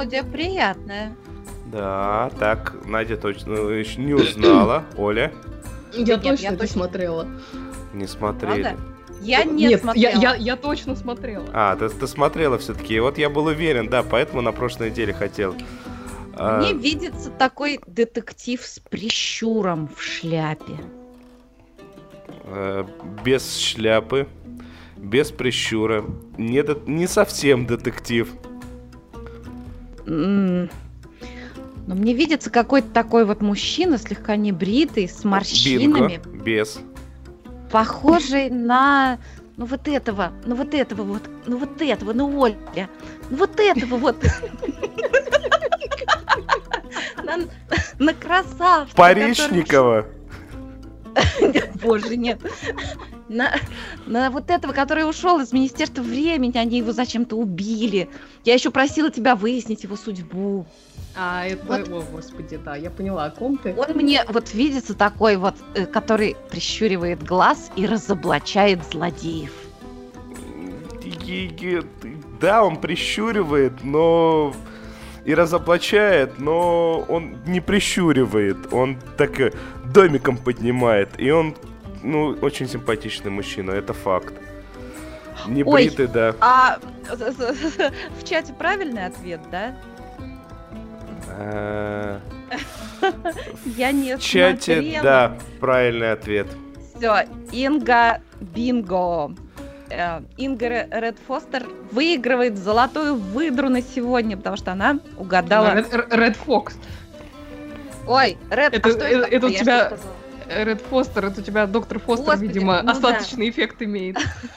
мелодия приятная. Да, так, Надя точно еще не узнала. Оля? Я Нет, точно я это точно- смотрела. Не смотрели. Правда? Я не Нет, я, смотрела. я, я точно смотрела. А, ты, ты смотрела все-таки. Вот я был уверен, да, поэтому на прошлой неделе хотел. А, Мне видится такой детектив с прищуром в шляпе. э, без шляпы, без прищура. Не, де- не совсем детектив. М. Но мне видится какой-то такой вот мужчина, слегка небритый, с морщинами, Бинго. Без. похожий на... Ну вот этого, ну вот этого вот, ну вот этого, ну Оля, ну вот этого вот. На- На красавца. Паричникова. который- Боже, нет. На, на вот этого, который ушел из Министерства времени, они его зачем-то убили. Я еще просила тебя выяснить его судьбу. А это, Вот. о господи, да, я поняла, о ком ты. Он мне вот видится такой вот, э, который прищуривает глаз и разоблачает злодеев. И- и- Да, он прищуривает, но... И разоблачает, но он не прищуривает. Он так э, домиком поднимает. И он, ну, очень симпатичный мужчина, это факт. Не Ой. бритый, да. А в чате правильный ответ, да? Э, Я не В чате, смотрела. да, правильный ответ. Все, Инга Бинго. Э, Инга Ре- Ред Фостер выигрывает золотую выдру на сегодня, потому что она угадала. Ред, Ред Фокс. Ой, Ред, Это- а что это- это у такое? Я тебя- что сказала? Ред Фостер, это у тебя доктор Фостер, Господи, видимо, ну остаточный эффект имеет.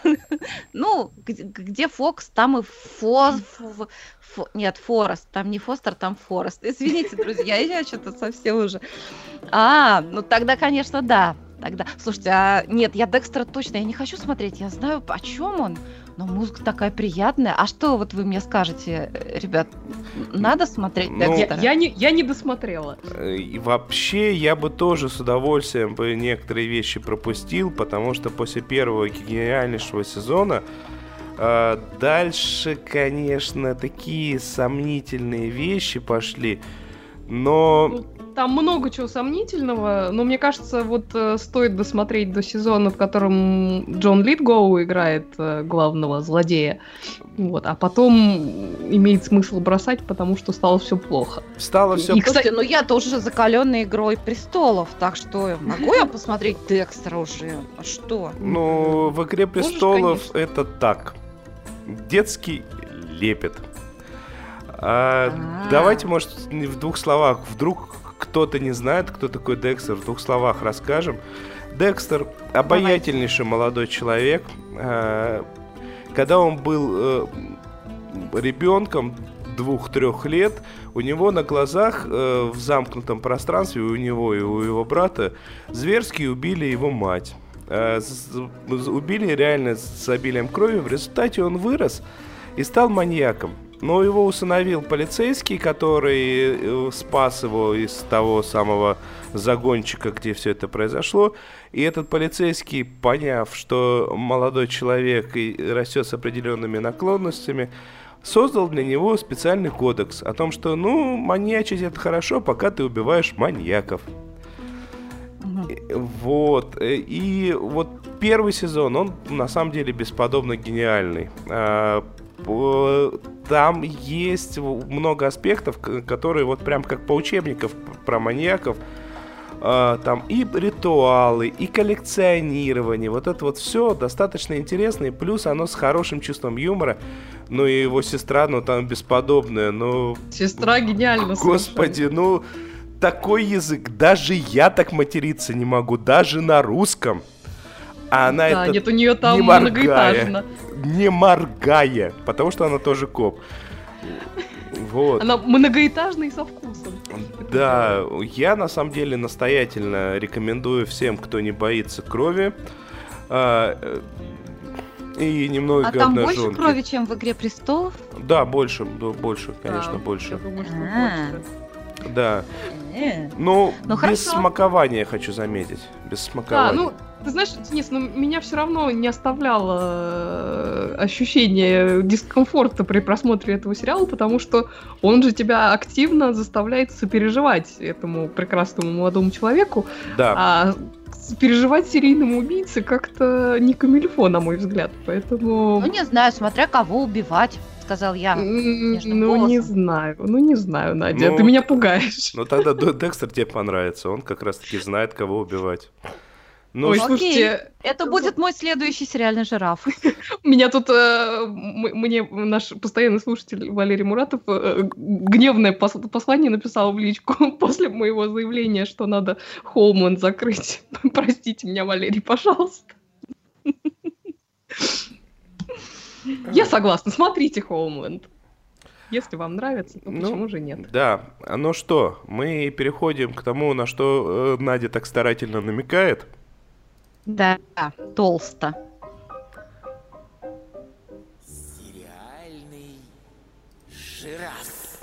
Ну, где, где Фокс, там и Фо... Фо- Фо- Нет, Форест. Там не Фостер, там Форест. Извините, друзья, я что-то совсем уже... А, ну тогда, конечно, да. Тогда... Слушайте, а нет, я Декстера точно, я не хочу смотреть. Я знаю, о чем он. Но музыка такая приятная. А что вот вы мне скажете, э, ребят? Надо смотреть Ну, Я, Декстера? я не, я не досмотрела. Э, И вообще, я бы тоже с удовольствием бы некоторые вещи пропустил, потому что после первого гениальнейшего сезона э, дальше, конечно, такие сомнительные вещи пошли, но... Ну, там много чего сомнительного, но мне кажется, вот э, стоит досмотреть до сезона, в котором Джон Литгоу играет э, главного злодея. Вот, а потом имеет смысл бросать, потому что стало все плохо. Стало все... И, Слушайте, кстати- ну я-то уже закаленной игрой престолов, так что могу я посмотреть Декстера уже? А что? Ну, в «Игре Можешь, престолов» конечно. это так. Детский лепет. А, А. давайте, может, в двух словах. Вдруг кто-то не знает, кто такой Декстер. В двух словах расскажем. Декстер — обаятельнейший молодой человек. А, когда он был э, ребенком двух-трех лет, у него на глазах э, в замкнутом пространстве, у него и у его брата, зверски убили его мать. Э, з- з- убили реально с обилием крови. В результате он вырос и стал маньяком. Но его усыновил полицейский, который э, спас его из того самого загончика, где все это произошло. И этот полицейский, поняв, что молодой человек и растет с определенными наклонностями, создал для него специальный кодекс о том, что, ну, маньячить это хорошо, пока ты убиваешь маньяков. Мгм. Э, Вот. э, И вот первый сезон, он на самом деле бесподобно гениальный. А, по- Там есть в- много аспектов, к- которые вот прям как по учебникам про маньяков. А, Там и ритуалы, и коллекционирование. Вот это вот все достаточно интересно. И плюс оно с хорошим чувством юмора. Ну и его сестра, ну там бесподобная. Ну, Сестра гениальна. господи, ну такой язык. Даже я так материться не могу. Даже на русском. А она Да, это нет, у нее там не моргая. многоэтажно. не моргая. Потому что она тоже коп. Вот. Она многоэтажна и со вкусом. Да, я на самом деле настоятельно рекомендую всем, кто не боится крови. а, э, И немного А там больше обнаженки. крови, чем в «Игре престолов»? Да, больше, да, больше, конечно, Да, больше. Я думаю, что А. больше. Да. Э. Ну, Ну, без хорошо. смакования, хочу заметить. Без Да, смакования. ну, Ты знаешь, Денис, ну меня все равно не оставляло ощущение дискомфорта при просмотре этого сериала, потому что он же тебя активно заставляет сопереживать этому прекрасному молодому человеку. Да. А переживать серийному убийце как-то не камильфо, на мой взгляд, поэтому... Ну, не знаю, смотря кого убивать, сказал я. Ну, не знаю, ну, не знаю, Надя, ну, ты меня пугаешь. Ну, тогда Декстер тебе понравится, он как раз-таки знает, кого убивать. Ну, Ой, слушайте, это будет мой следующий сериальный жираф. Меня тут, э, мне наш постоянный слушатель Валерий Муратов э, гневное пос- послание написал в личку после моего заявления, что надо Хоумленд закрыть. Простите меня, Валерий, пожалуйста. Я согласна, смотрите Хоумленд. Если вам нравится, то почему ну, же нет? Да, ну что, мы переходим к тому, на что э, Надя так старательно намекает. Да, толсто. Сериальный жираф.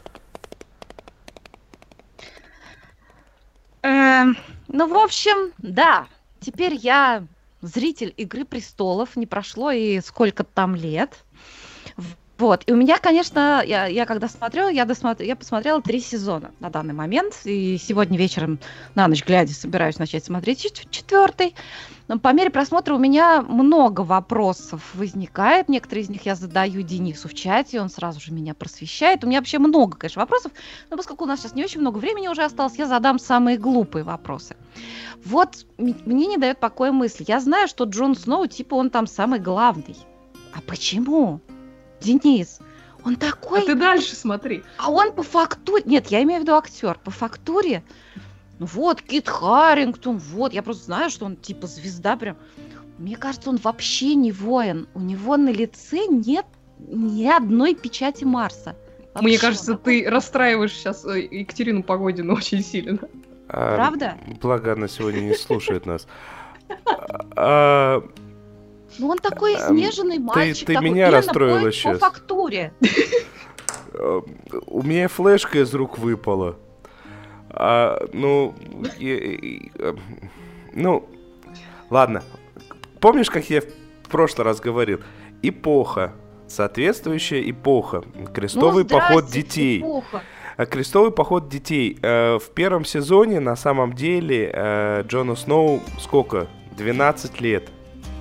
Эм, ну, в общем, да. Теперь я зритель «Игры престолов». Не прошло и сколько там лет. Вот, и у меня, конечно, я, я когда смотрела, я, досмотр... я посмотрела три сезона на данный момент, и сегодня вечером на ночь глядя собираюсь начать смотреть четвертый. Но по мере просмотра у меня много вопросов возникает, некоторые из них я задаю Денису в чате, он сразу же меня просвещает. У меня вообще много, конечно, вопросов, но поскольку у нас сейчас не очень много времени уже осталось, я задам самые глупые вопросы. Вот мне не дает покоя мысль, я знаю, что Джон Сноу, типа, он там самый главный. А почему? Денис, он такой... А ты дальше смотри. А он по фактуре... Нет, я имею в виду актер. По фактуре... Ну вот, Кит Харингтон, вот. Я просто знаю, что он типа звезда прям. Мне кажется, он вообще не воин. У него на лице нет ни одной печати Марса. Вообще. Мне кажется, ты расстраиваешь сейчас Екатерину Погодину очень сильно. А, правда? Благо, она сегодня не слушает нас. А... Ну, он такой снежный мальчик. Ты, ты такой, меня расстроила сейчас. По фактуре. У меня флешка из рук выпала. А, ну, и, и, ну, ладно. Помнишь, как я в прошлый раз говорил? Эпоха. Соответствующая эпоха. Крестовый ну, поход детей. Эпоха. Крестовый поход детей. В первом сезоне, на самом деле, Джону Сноу сколько? двенадцать лет.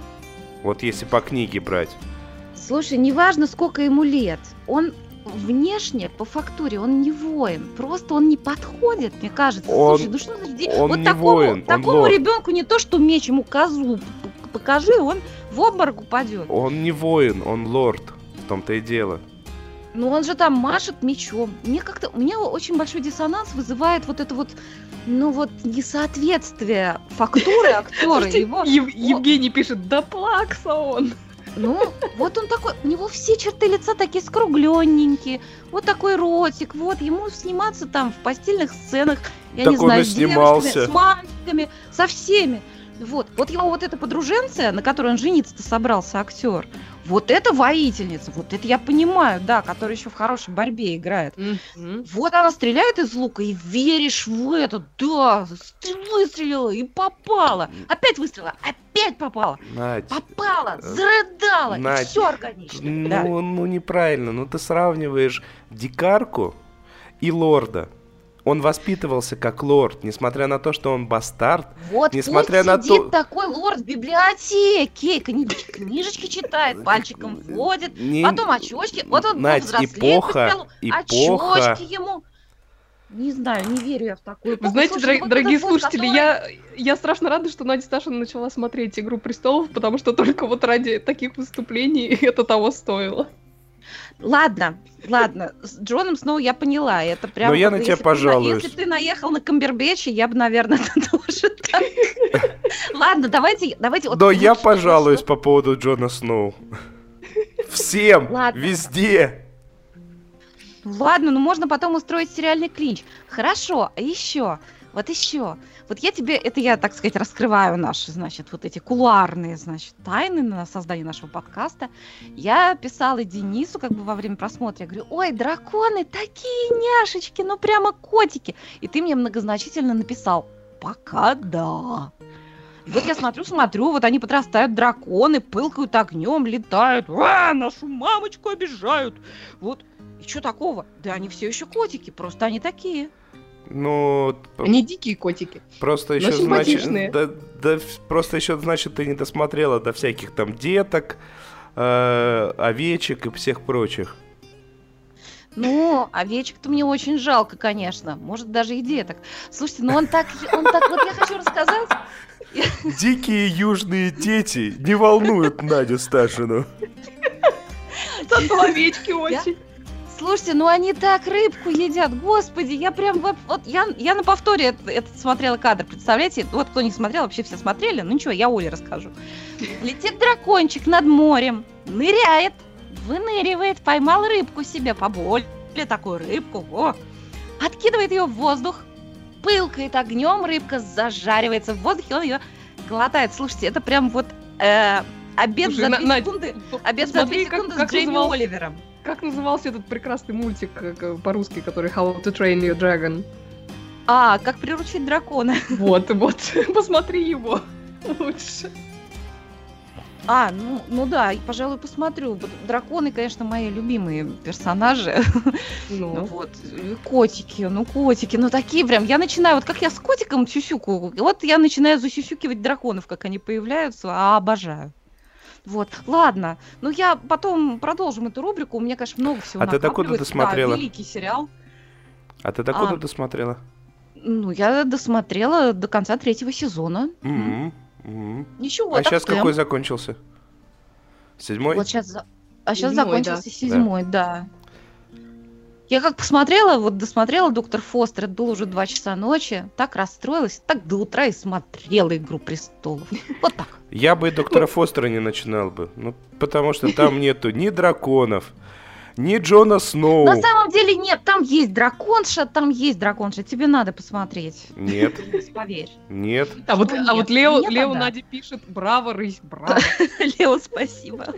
Вот если по книге брать. Слушай, неважно, сколько ему лет. Он внешне, по фактуре, он не воин. Просто он не подходит, мне кажется. Он, Слушай, ну что значит? Он вот не такому, воин, такому он ребенку не то, что меч, ему козу покажи, он в обморок упадет. Он не воин, он лорд. В том-то и дело. Ну он же там машет мечом. Мне как-то, у меня очень большой диссонанс вызывает вот это вот, ну вот несоответствие фактуры актера. Его... Евгений пишет, да плакса он. Ну, вот он такой, у него все черты лица такие скругленненькие, вот такой ротик, вот, ему сниматься там в постельных сценах, я так не знаю, с девочками, с мальчиками, со всеми. Вот, вот его вот эта подруженция, на которой он жениться-то собрался, актер, вот это воительница, вот это я понимаю, да, которая еще в хорошей борьбе играет. Mm-hmm. Вот она стреляет из лука, и веришь в это, да, выстрелила и попала. Опять выстрелила, опять попала. Надь, попала, зарыдала, Надь, и все органично. Ну, да. ну, неправильно, ну ты сравниваешь дикарку и лорда. Он воспитывался как лорд, несмотря на то, что он бастард. Вот несмотря пусть на сидит то... такой лорд в библиотеке, книжечки, книжечки читает, пальчиком водит, Не... потом очечки. Вот он Надь, повзрослеет, эпоха, эпоха. очечки ему. Не знаю, не верю я в такую эпоху. Вы знаете, Слушай, дорог, вот дорогие вот, слушатели, который... я, я страшно рада, что Надя Сташина начала смотреть «Игру престолов», потому что только вот ради таких выступлений это того стоило. Ладно, ладно, с Джоном Сноу я поняла, это прям... Но я на тебя пожалуюсь. Если ты наехал на Камбербэтча, я бы, наверное, тоже так. Ладно, давайте... давайте. Но я пожалуюсь по поводу Джона Сноу. Всем, везде. Ладно, ну можно потом устроить сериальный клинч. Хорошо, а еще, вот еще... Вот я тебе, это я, так сказать, раскрываю наши, значит, вот эти кулуарные, значит, тайны на создание нашего подкаста. Я писала Денису, как бы во время просмотра, я говорю, ой, драконы такие няшечки, ну прямо котики. И ты мне многозначительно написал, пока да. И вот я смотрю-смотрю, вот они подрастают, драконы, пылкают огнем, летают, а, нашу мамочку обижают. Вот, и что такого? Да они все еще котики, просто они такие. Ну, они дикие котики. Просто еще значит, да, да, просто еще значит, ты не досмотрела до всяких там деток, э, овечек и всех прочих. Ну, овечек-то мне очень жалко, конечно. Может, даже и деток. Слушайте, ну он так, он так, вот я хочу рассказать. Дикие южные дети не волнуют Надю Сташину. Зато овечки очень. Слушайте, ну они так рыбку едят, господи, я прям вот, вот я, я на повторе этот, этот смотрела кадр, представляете? Вот кто не смотрел, вообще все смотрели, ну ничего, я Оле расскажу. Летит дракончик над морем, ныряет, выныривает, поймал рыбку себе поболее, такую рыбку, о, откидывает ее в воздух, пылкает огнем, рыбка зажаривается в воздухе, он ее глотает. Слушайте, это прям вот э, обед Слушай, за две на, секунды, на, обед за две секунды как, с Джейми называл... Оливером. Как назывался этот прекрасный мультик по-русски, который How to Train Your Dragon? А, как приручить дракона. Вот, вот, посмотри его лучше. А, ну, ну да, пожалуй, посмотрю. Драконы, конечно, мои любимые персонажи. Ну. Вот, котики, ну котики, ну такие прям. Я начинаю, вот как я с котиком сюсюку, вот я начинаю засюсюкивать драконов, как они появляются, а обожаю. Вот, ладно. Ну, я потом продолжим эту рубрику. У меня, конечно, много всего накапливается. А ты докуда досмотрела? Да, великий сериал. А ты докуда а, досмотрела? Ну, я досмотрела до конца третьего сезона. Mm-hmm. Mm-hmm. Ничего, а так сейчас прям. Какой закончился? Седьмой? Вот сейчас... А сейчас седьмой, закончился да. седьмой, да. да. Я как посмотрела, вот досмотрела «Доктор Фостер», это было уже два часа ночи, так расстроилась, так до утра и смотрела «Игру престолов». Вот так. Я бы и «Доктора Фостера» не начинал бы, ну, потому что там нету ни драконов, ни Джона Сноу. На самом деле нет, там есть драконша, там есть драконша, тебе надо посмотреть. Нет. Поверь. Нет. А вот, а вот Лео, Лео Надя пишет: браво, рысь, браво. Лео, спасибо.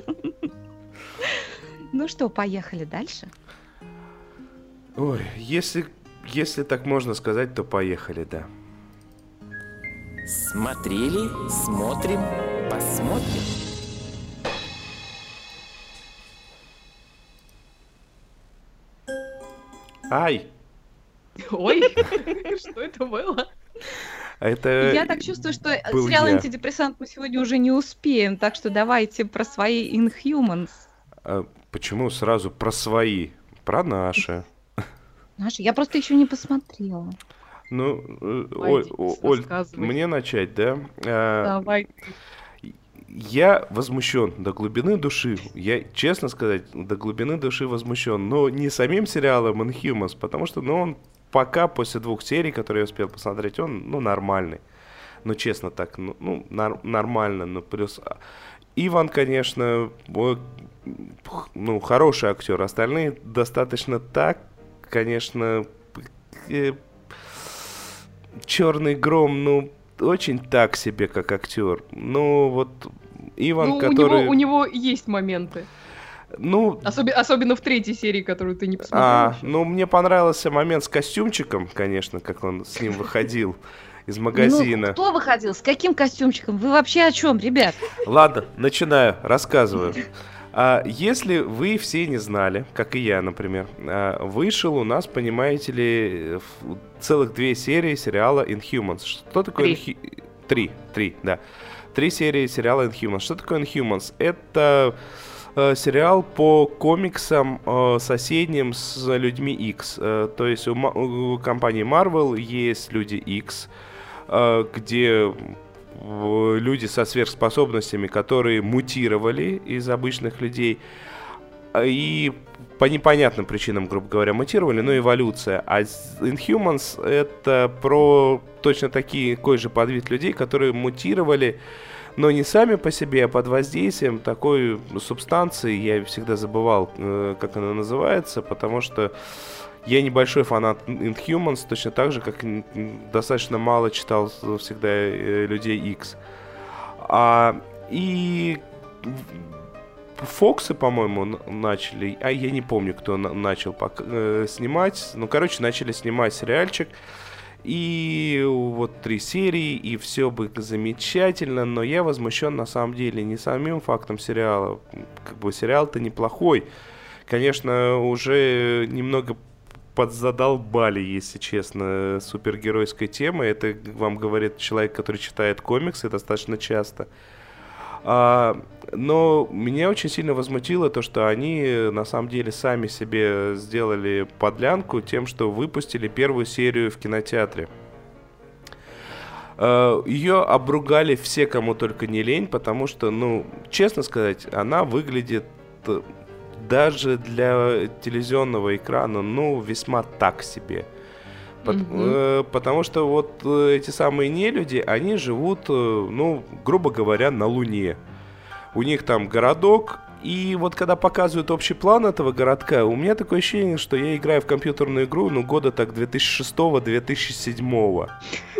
Ну что, поехали дальше? Ой, если, если так можно сказать, то поехали, да. Смотрели, смотрим, посмотрим. Ай! Ой, что это было? Это я так чувствую, что сериал я. «Антидепрессант» мы сегодня уже не успеем, так что давайте про свои Inhumans. А почему сразу про свои? Про наши. Наши? Я просто еще не посмотрела. Ну, Оль, Оль мне начать, да? Давай. Я возмущен до глубины души. Я, честно сказать, до глубины души возмущен. Но не самим сериалом Inhumans, потому что, ну, он пока после двух серий, которые я успел посмотреть, он, ну, нормальный. Ну, честно так, ну, ну нар- нормально. Ну, плюс Иван, конечно, ну, хороший актер. Остальные достаточно так, конечно, Черный Гром, ну, очень так себе, как актер. Ну, вот Иван, ну, который... У него, у него есть моменты. Ну... Особи- особенно в третьей серии, которую ты не посмотрел. А, ну, мне понравился момент с костюмчиком, конечно, как он с ним выходил из магазина. Ну, кто выходил? С каким костюмчиком? Вы вообще о чем, ребят? Ладно, начинаю, рассказываю. А, если вы все не знали, как и я, например, а, вышел у нас, понимаете ли, целых две серии сериала Inhumans. Что такое Три. Inhu... Три, три, да. Три серии сериала Inhumans. Что такое Inhumans? Это э, сериал по комиксам э, соседним с Людьми Икс. Э, то есть у, у компании Marvel есть Люди Икс, э, где люди со сверхспособностями, которые мутировали из обычных людей и по непонятным причинам, грубо говоря, мутировали, но эволюция. А Inhumans — это про точно такие, такой же подвид людей, которые мутировали, но не сами по себе, а под воздействием такой субстанции. Я всегда забывал, как она называется, потому что я небольшой фанат Inhumans, точно так же, как достаточно мало читал всегда Людей Икс. А, и Фоксы, по-моему, начали, а я не помню, кто на- начал пока, э, снимать. Ну, короче, начали снимать сериальчик. И вот три серии, и все бы замечательно, но я возмущен на самом деле не самим фактом сериала. Как бы сериал-то неплохой. Конечно, уже немного подзадолбали, если честно, супергеройской темы. Это вам говорит человек, который читает комиксы достаточно часто. А, но меня очень сильно возмутило то, что они на самом деле сами себе сделали подлянку тем, что выпустили первую серию в кинотеатре. А, ее обругали все, кому только не лень, потому что, ну, честно сказать, она выглядит даже для телевизионного экрана, ну, весьма так себе. Mm-hmm. Потому что вот эти самые нелюди, они живут, ну, грубо говоря, на Луне. У них там городок, и вот когда показывают общий план этого городка, у меня такое ощущение, что я играю в компьютерную игру, ну, года так две тысячи шестого - две тысячи седьмого.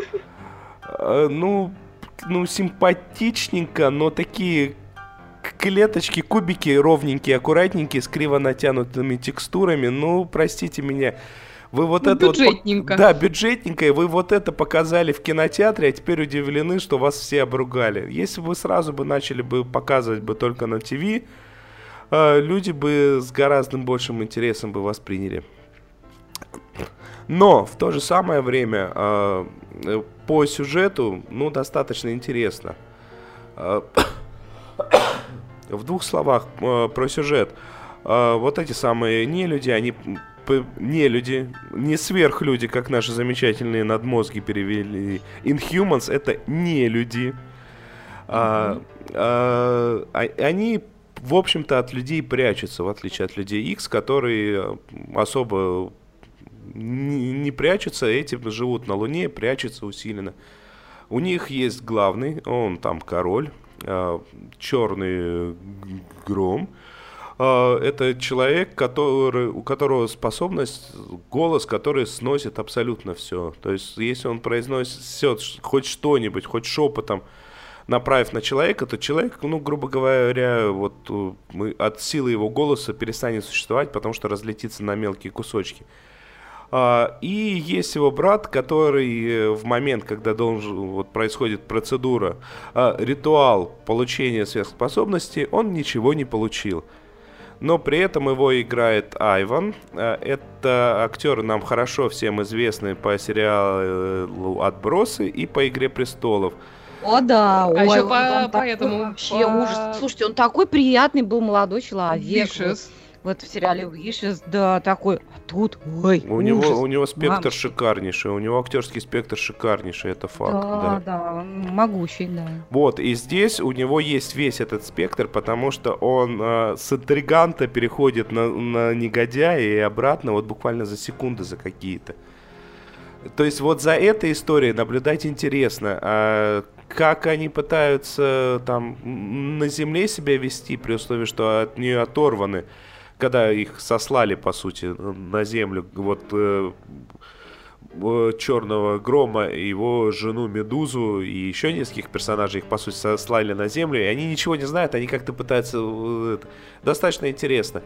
Ну, ну, симпатичненько, но такие клеточки, кубики ровненькие, аккуратненькие, с криво натянутыми текстурами. Ну, простите меня. Вы вот ну, это бюджетненько. Вот, да, бюджетненько, и вы вот это показали в кинотеатре, а теперь удивлены, что вас все обругали. Если бы вы сразу бы начали бы показывать бы только на ТВ, люди бы с гораздо большим интересом бы восприняли. Но в то же самое время по сюжету, ну, достаточно интересно. В двух словах про сюжет. Вот эти самые нелюди, они... не люди, не сверхлюди, как наши замечательные надмозги перевели. Inhumans — это не люди. Mm-hmm. А, а, они, в общем-то, от людей прячутся, в отличие от людей X, которые особо не, не прячутся, эти живут на Луне, прячутся усиленно. У них есть главный, он там король, а, черный гром. Это человек, который, у которого способность, голос, который сносит абсолютно все. То есть, если он произносит хоть что-нибудь, хоть шепотом, направив на человека, то человек, ну, грубо говоря, вот от силы его голоса перестанет существовать, потому что разлетится на мелкие кусочки. И есть его брат, который в момент, когда должен, вот, происходит процедура, ритуал получения сверхспособности, он ничего не получил. Но при этом его играет Айван. Это актер, нам хорошо всем известный по сериалу «Отбросы» и по «Игре престолов». О, да. А ой, еще он, по, он поэтому... Вообще по... ужас. Слушайте, он такой приятный был молодой человек. Vicious. Вот в сериале Vicious, да, такой. А тут, ой, у ужас. него, у него спектр Мамочки. шикарнейший, у него актерский спектр шикарнейший, это факт. Да, да, да, он могучий, да. Вот, и здесь у него есть весь этот спектр, потому что он э, с интриганта переходит на, на негодяя и обратно вот буквально за секунды, за какие-то. То есть вот за этой историей наблюдать интересно. А как они пытаются там на земле себя вести, при условии, что от нее оторваны, когда их сослали, по сути, на землю, вот э, Черного Грома, его жену Медузу и еще нескольких персонажей, их, по сути, сослали на землю, и они ничего не знают, они как-то пытаются... Э, достаточно интересно.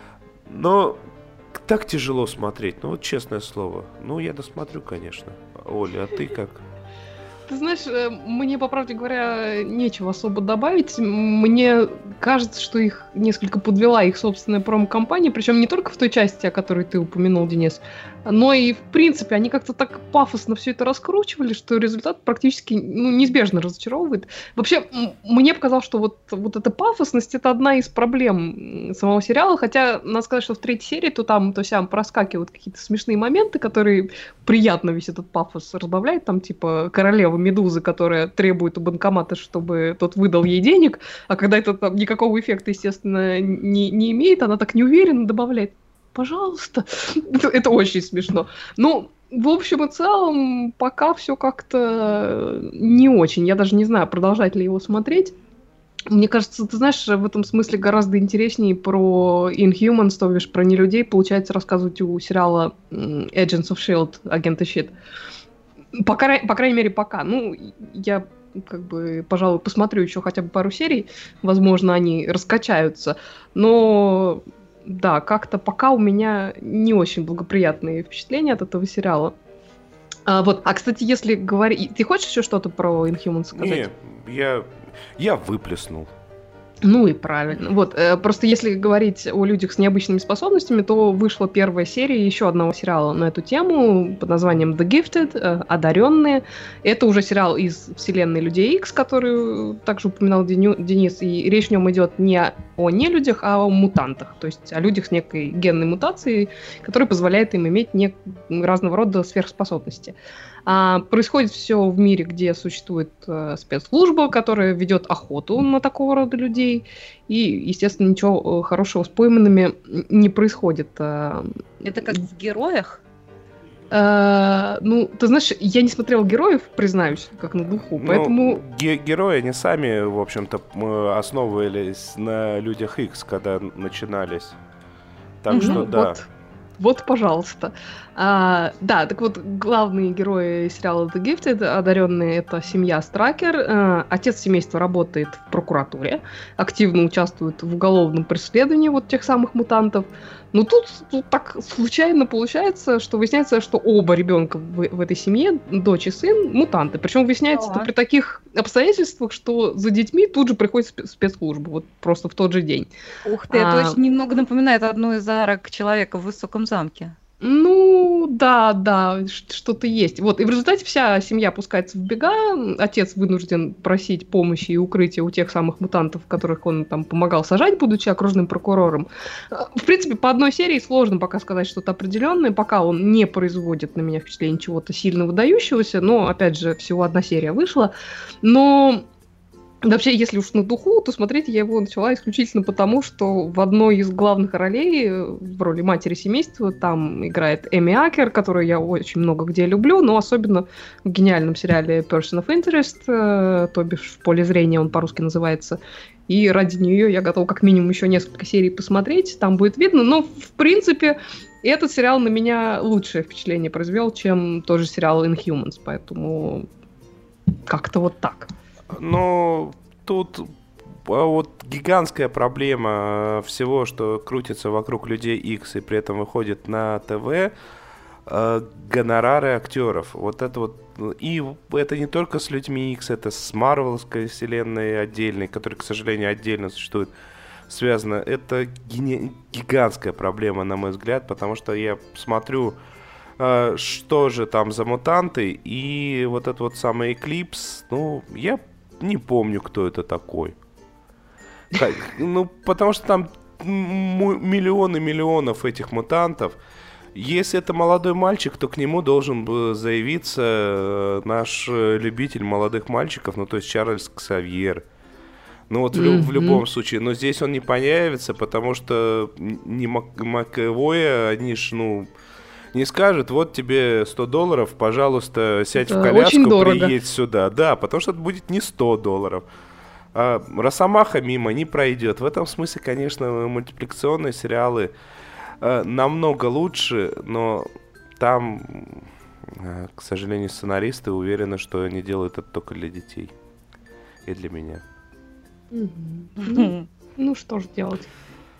Но так тяжело смотреть, ну вот честное слово. Ну, я досмотрю, конечно. Оля, а ты как? Ты знаешь, мне, по правде говоря, нечего особо добавить. Мне кажется, что их несколько подвела их собственная промо-компания, причем не только в той части, о которой ты упомянул, Денис, но и, в принципе, они как-то так пафосно все это раскручивали, что результат практически, ну, неизбежно разочаровывает. Вообще, мне показалось, что вот, вот эта пафосность — это одна из проблем самого сериала, хотя, надо сказать, что в третьей серии то там, то сям проскакивают какие-то смешные моменты, которые приятно весь этот пафос разбавляют, там, типа, королева Медузы, которая требует у банкомата, чтобы тот выдал ей денег, а когда это там никакого эффекта, естественно, не, не имеет, она так неуверенно добавляет: пожалуйста. это, это очень смешно. Ну, в общем и целом, пока все как-то не очень. Я даже не знаю, продолжать ли его смотреть. Мне кажется, ты знаешь, в этом смысле гораздо интереснее про Inhumans, то бишь про нелюдей, получается рассказывать у сериала Agents of щит, агенты щит. По, край... по крайней мере, пока. Ну, я, как бы, пожалуй, посмотрю еще хотя бы пару серий. Возможно, они раскачаются. Но, да, как-то пока у меня не очень благоприятные впечатления от этого сериала. А, вот, а, кстати, если говорить... Ты хочешь еще что-то про Inhumans сказать? Не, я, я выплеснул. Ну и правильно. Вот, э, просто если говорить о людях с необычными способностями, то вышла первая серия еще одного сериала на эту тему под названием The Gifted, э, Одаренные. Это уже сериал из вселенной Людей Икс, который также упоминал Деню, Денис, и речь в нем идет не о, о нелюдях, а о мутантах, то есть о людях с некой генной мутацией, которая позволяет им иметь не, разного рода сверхспособности. А, происходит все в мире, где существует э, спецслужба, которая ведет охоту на такого рода людей, и, естественно, ничего хорошего с пойманными не происходит. Это как в «Героях»? Э, ну, ты знаешь, я не смотрела «Героев», признаюсь, как на духу, поэтому... Ну, ге- герои, они сами, в общем-то, основывались на Людях Икс, когда начинались. Так ну, что, да. Вот. Вот, пожалуйста. А, да, так вот, главные герои сериала The Gifted, одаренные, это семья Стракер. А, отец семейства работает в прокуратуре, активно участвует в уголовном преследовании вот тех самых мутантов. Но тут, тут так случайно получается, что выясняется, что оба ребенка в, в этой семье, дочь и сын, мутанты. Причем выясняется это при таких обстоятельствах, что за детьми тут же приходит спецслужба, вот просто в тот же день. Ух ты, а... это очень немного напоминает одну из арок «Человека в высоком замке». Ну, да, да, что-то есть. Вот, и в результате вся семья пускается в бега, отец вынужден просить помощи и укрытия у тех самых мутантов, которых он там помогал сажать, будучи окружным прокурором. В принципе, по одной серии сложно пока сказать что-то определенное, пока он не производит на меня впечатление чего-то сильно выдающегося, но, опять же, всего одна серия вышла. Но... Вообще, если уж на духу, то смотреть я его начала исключительно потому, что в одной из главных ролей, в роли матери семейства, там играет Эми Акер, которую я очень много где люблю, но особенно в гениальном сериале Person of Interest, э, то бишь «В поле зрения» он по-русски называется. И ради нее я готова как минимум еще несколько серий посмотреть, там будет видно. Но, в принципе, этот сериал на меня лучшее впечатление произвел, чем тот же сериал Inhumans, поэтому как-то вот так. Ну, тут вот гигантская проблема всего, что крутится вокруг Людей Икс и при этом выходит на ТВ, э, гонорары актеров. Вот это вот. И это не только с Людьми Икс, это с Марвелской вселенной отдельной, которая, к сожалению, отдельно существует, связано. Это гени- гигантская проблема, на мой взгляд, потому что я смотрю, э, что же там за мутанты, и вот этот вот самый Эклипс, ну, я не помню, кто это такой. Ну, потому что там миллионы миллионов этих мутантов. Если это молодой мальчик, то к нему должен заявиться наш любитель молодых мальчиков, ну, то есть Чарльз Ксавьер. Ну, вот mm-hmm. в, в любом случае. Но здесь он не появится, потому что не Мак- Макэвоя, они ж, ну... не скажет, вот тебе сто долларов, пожалуйста, сядь да, в коляску, приедь сюда. Да, потому что это будет не сто долларов. А Росомаха мимо не пройдет. В этом смысле, конечно, мультипликационные сериалы э, намного лучше, но там, э, к сожалению, сценаристы уверены, что они делают это только для детей. И для меня. Mm-hmm. Ну, ну, что ж делать.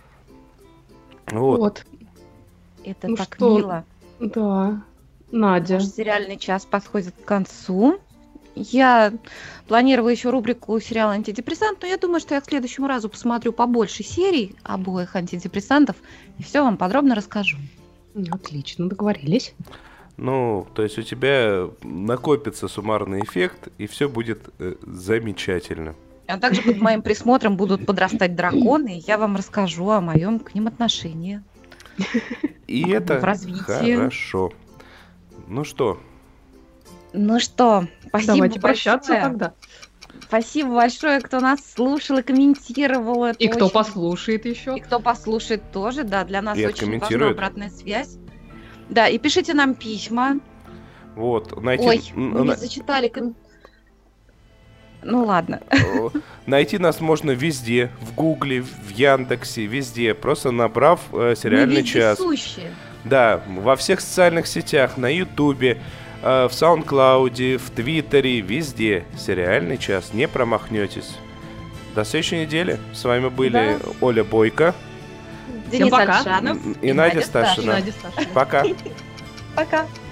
Вот. вот. Это ну так что? мило. Да, Надя. Наш сериальный час подходит к концу. Я планировала еще рубрику сериала «Антидепрессант», но я думаю, что я к следующему разу посмотрю побольше серий обоих антидепрессантов и все вам подробно расскажу. Отлично, договорились. Ну, то есть у тебя накопится суммарный эффект, и все будет э, замечательно. А также под моим присмотром будут подрастать драконы, и я вам расскажу о моем к ним отношении. И это хорошо. Ну что? Ну что, спасибо Давайте большое. прощаться тогда. Спасибо большое, кто нас слушал и комментировал. Это и кто очень... послушает еще. И кто послушает тоже, да, для нас и очень важна обратная связь. Да, и пишите нам письма. Вот, найти... Ой, мы не зачитали ком... Ну ладно. Найти нас можно везде, в Гугле, в Яндексе, везде, просто набрав э, сериальный час. Да, во всех социальных сетях, на Ютубе, э, в Саундклауде, в Твиттере, везде. Сериальный час, не промахнетесь. До следующей недели. С вами были да. Оля Бойко, Денис Альшанов и, и Надя Сташина. Надя Сташина. Пока. Пока.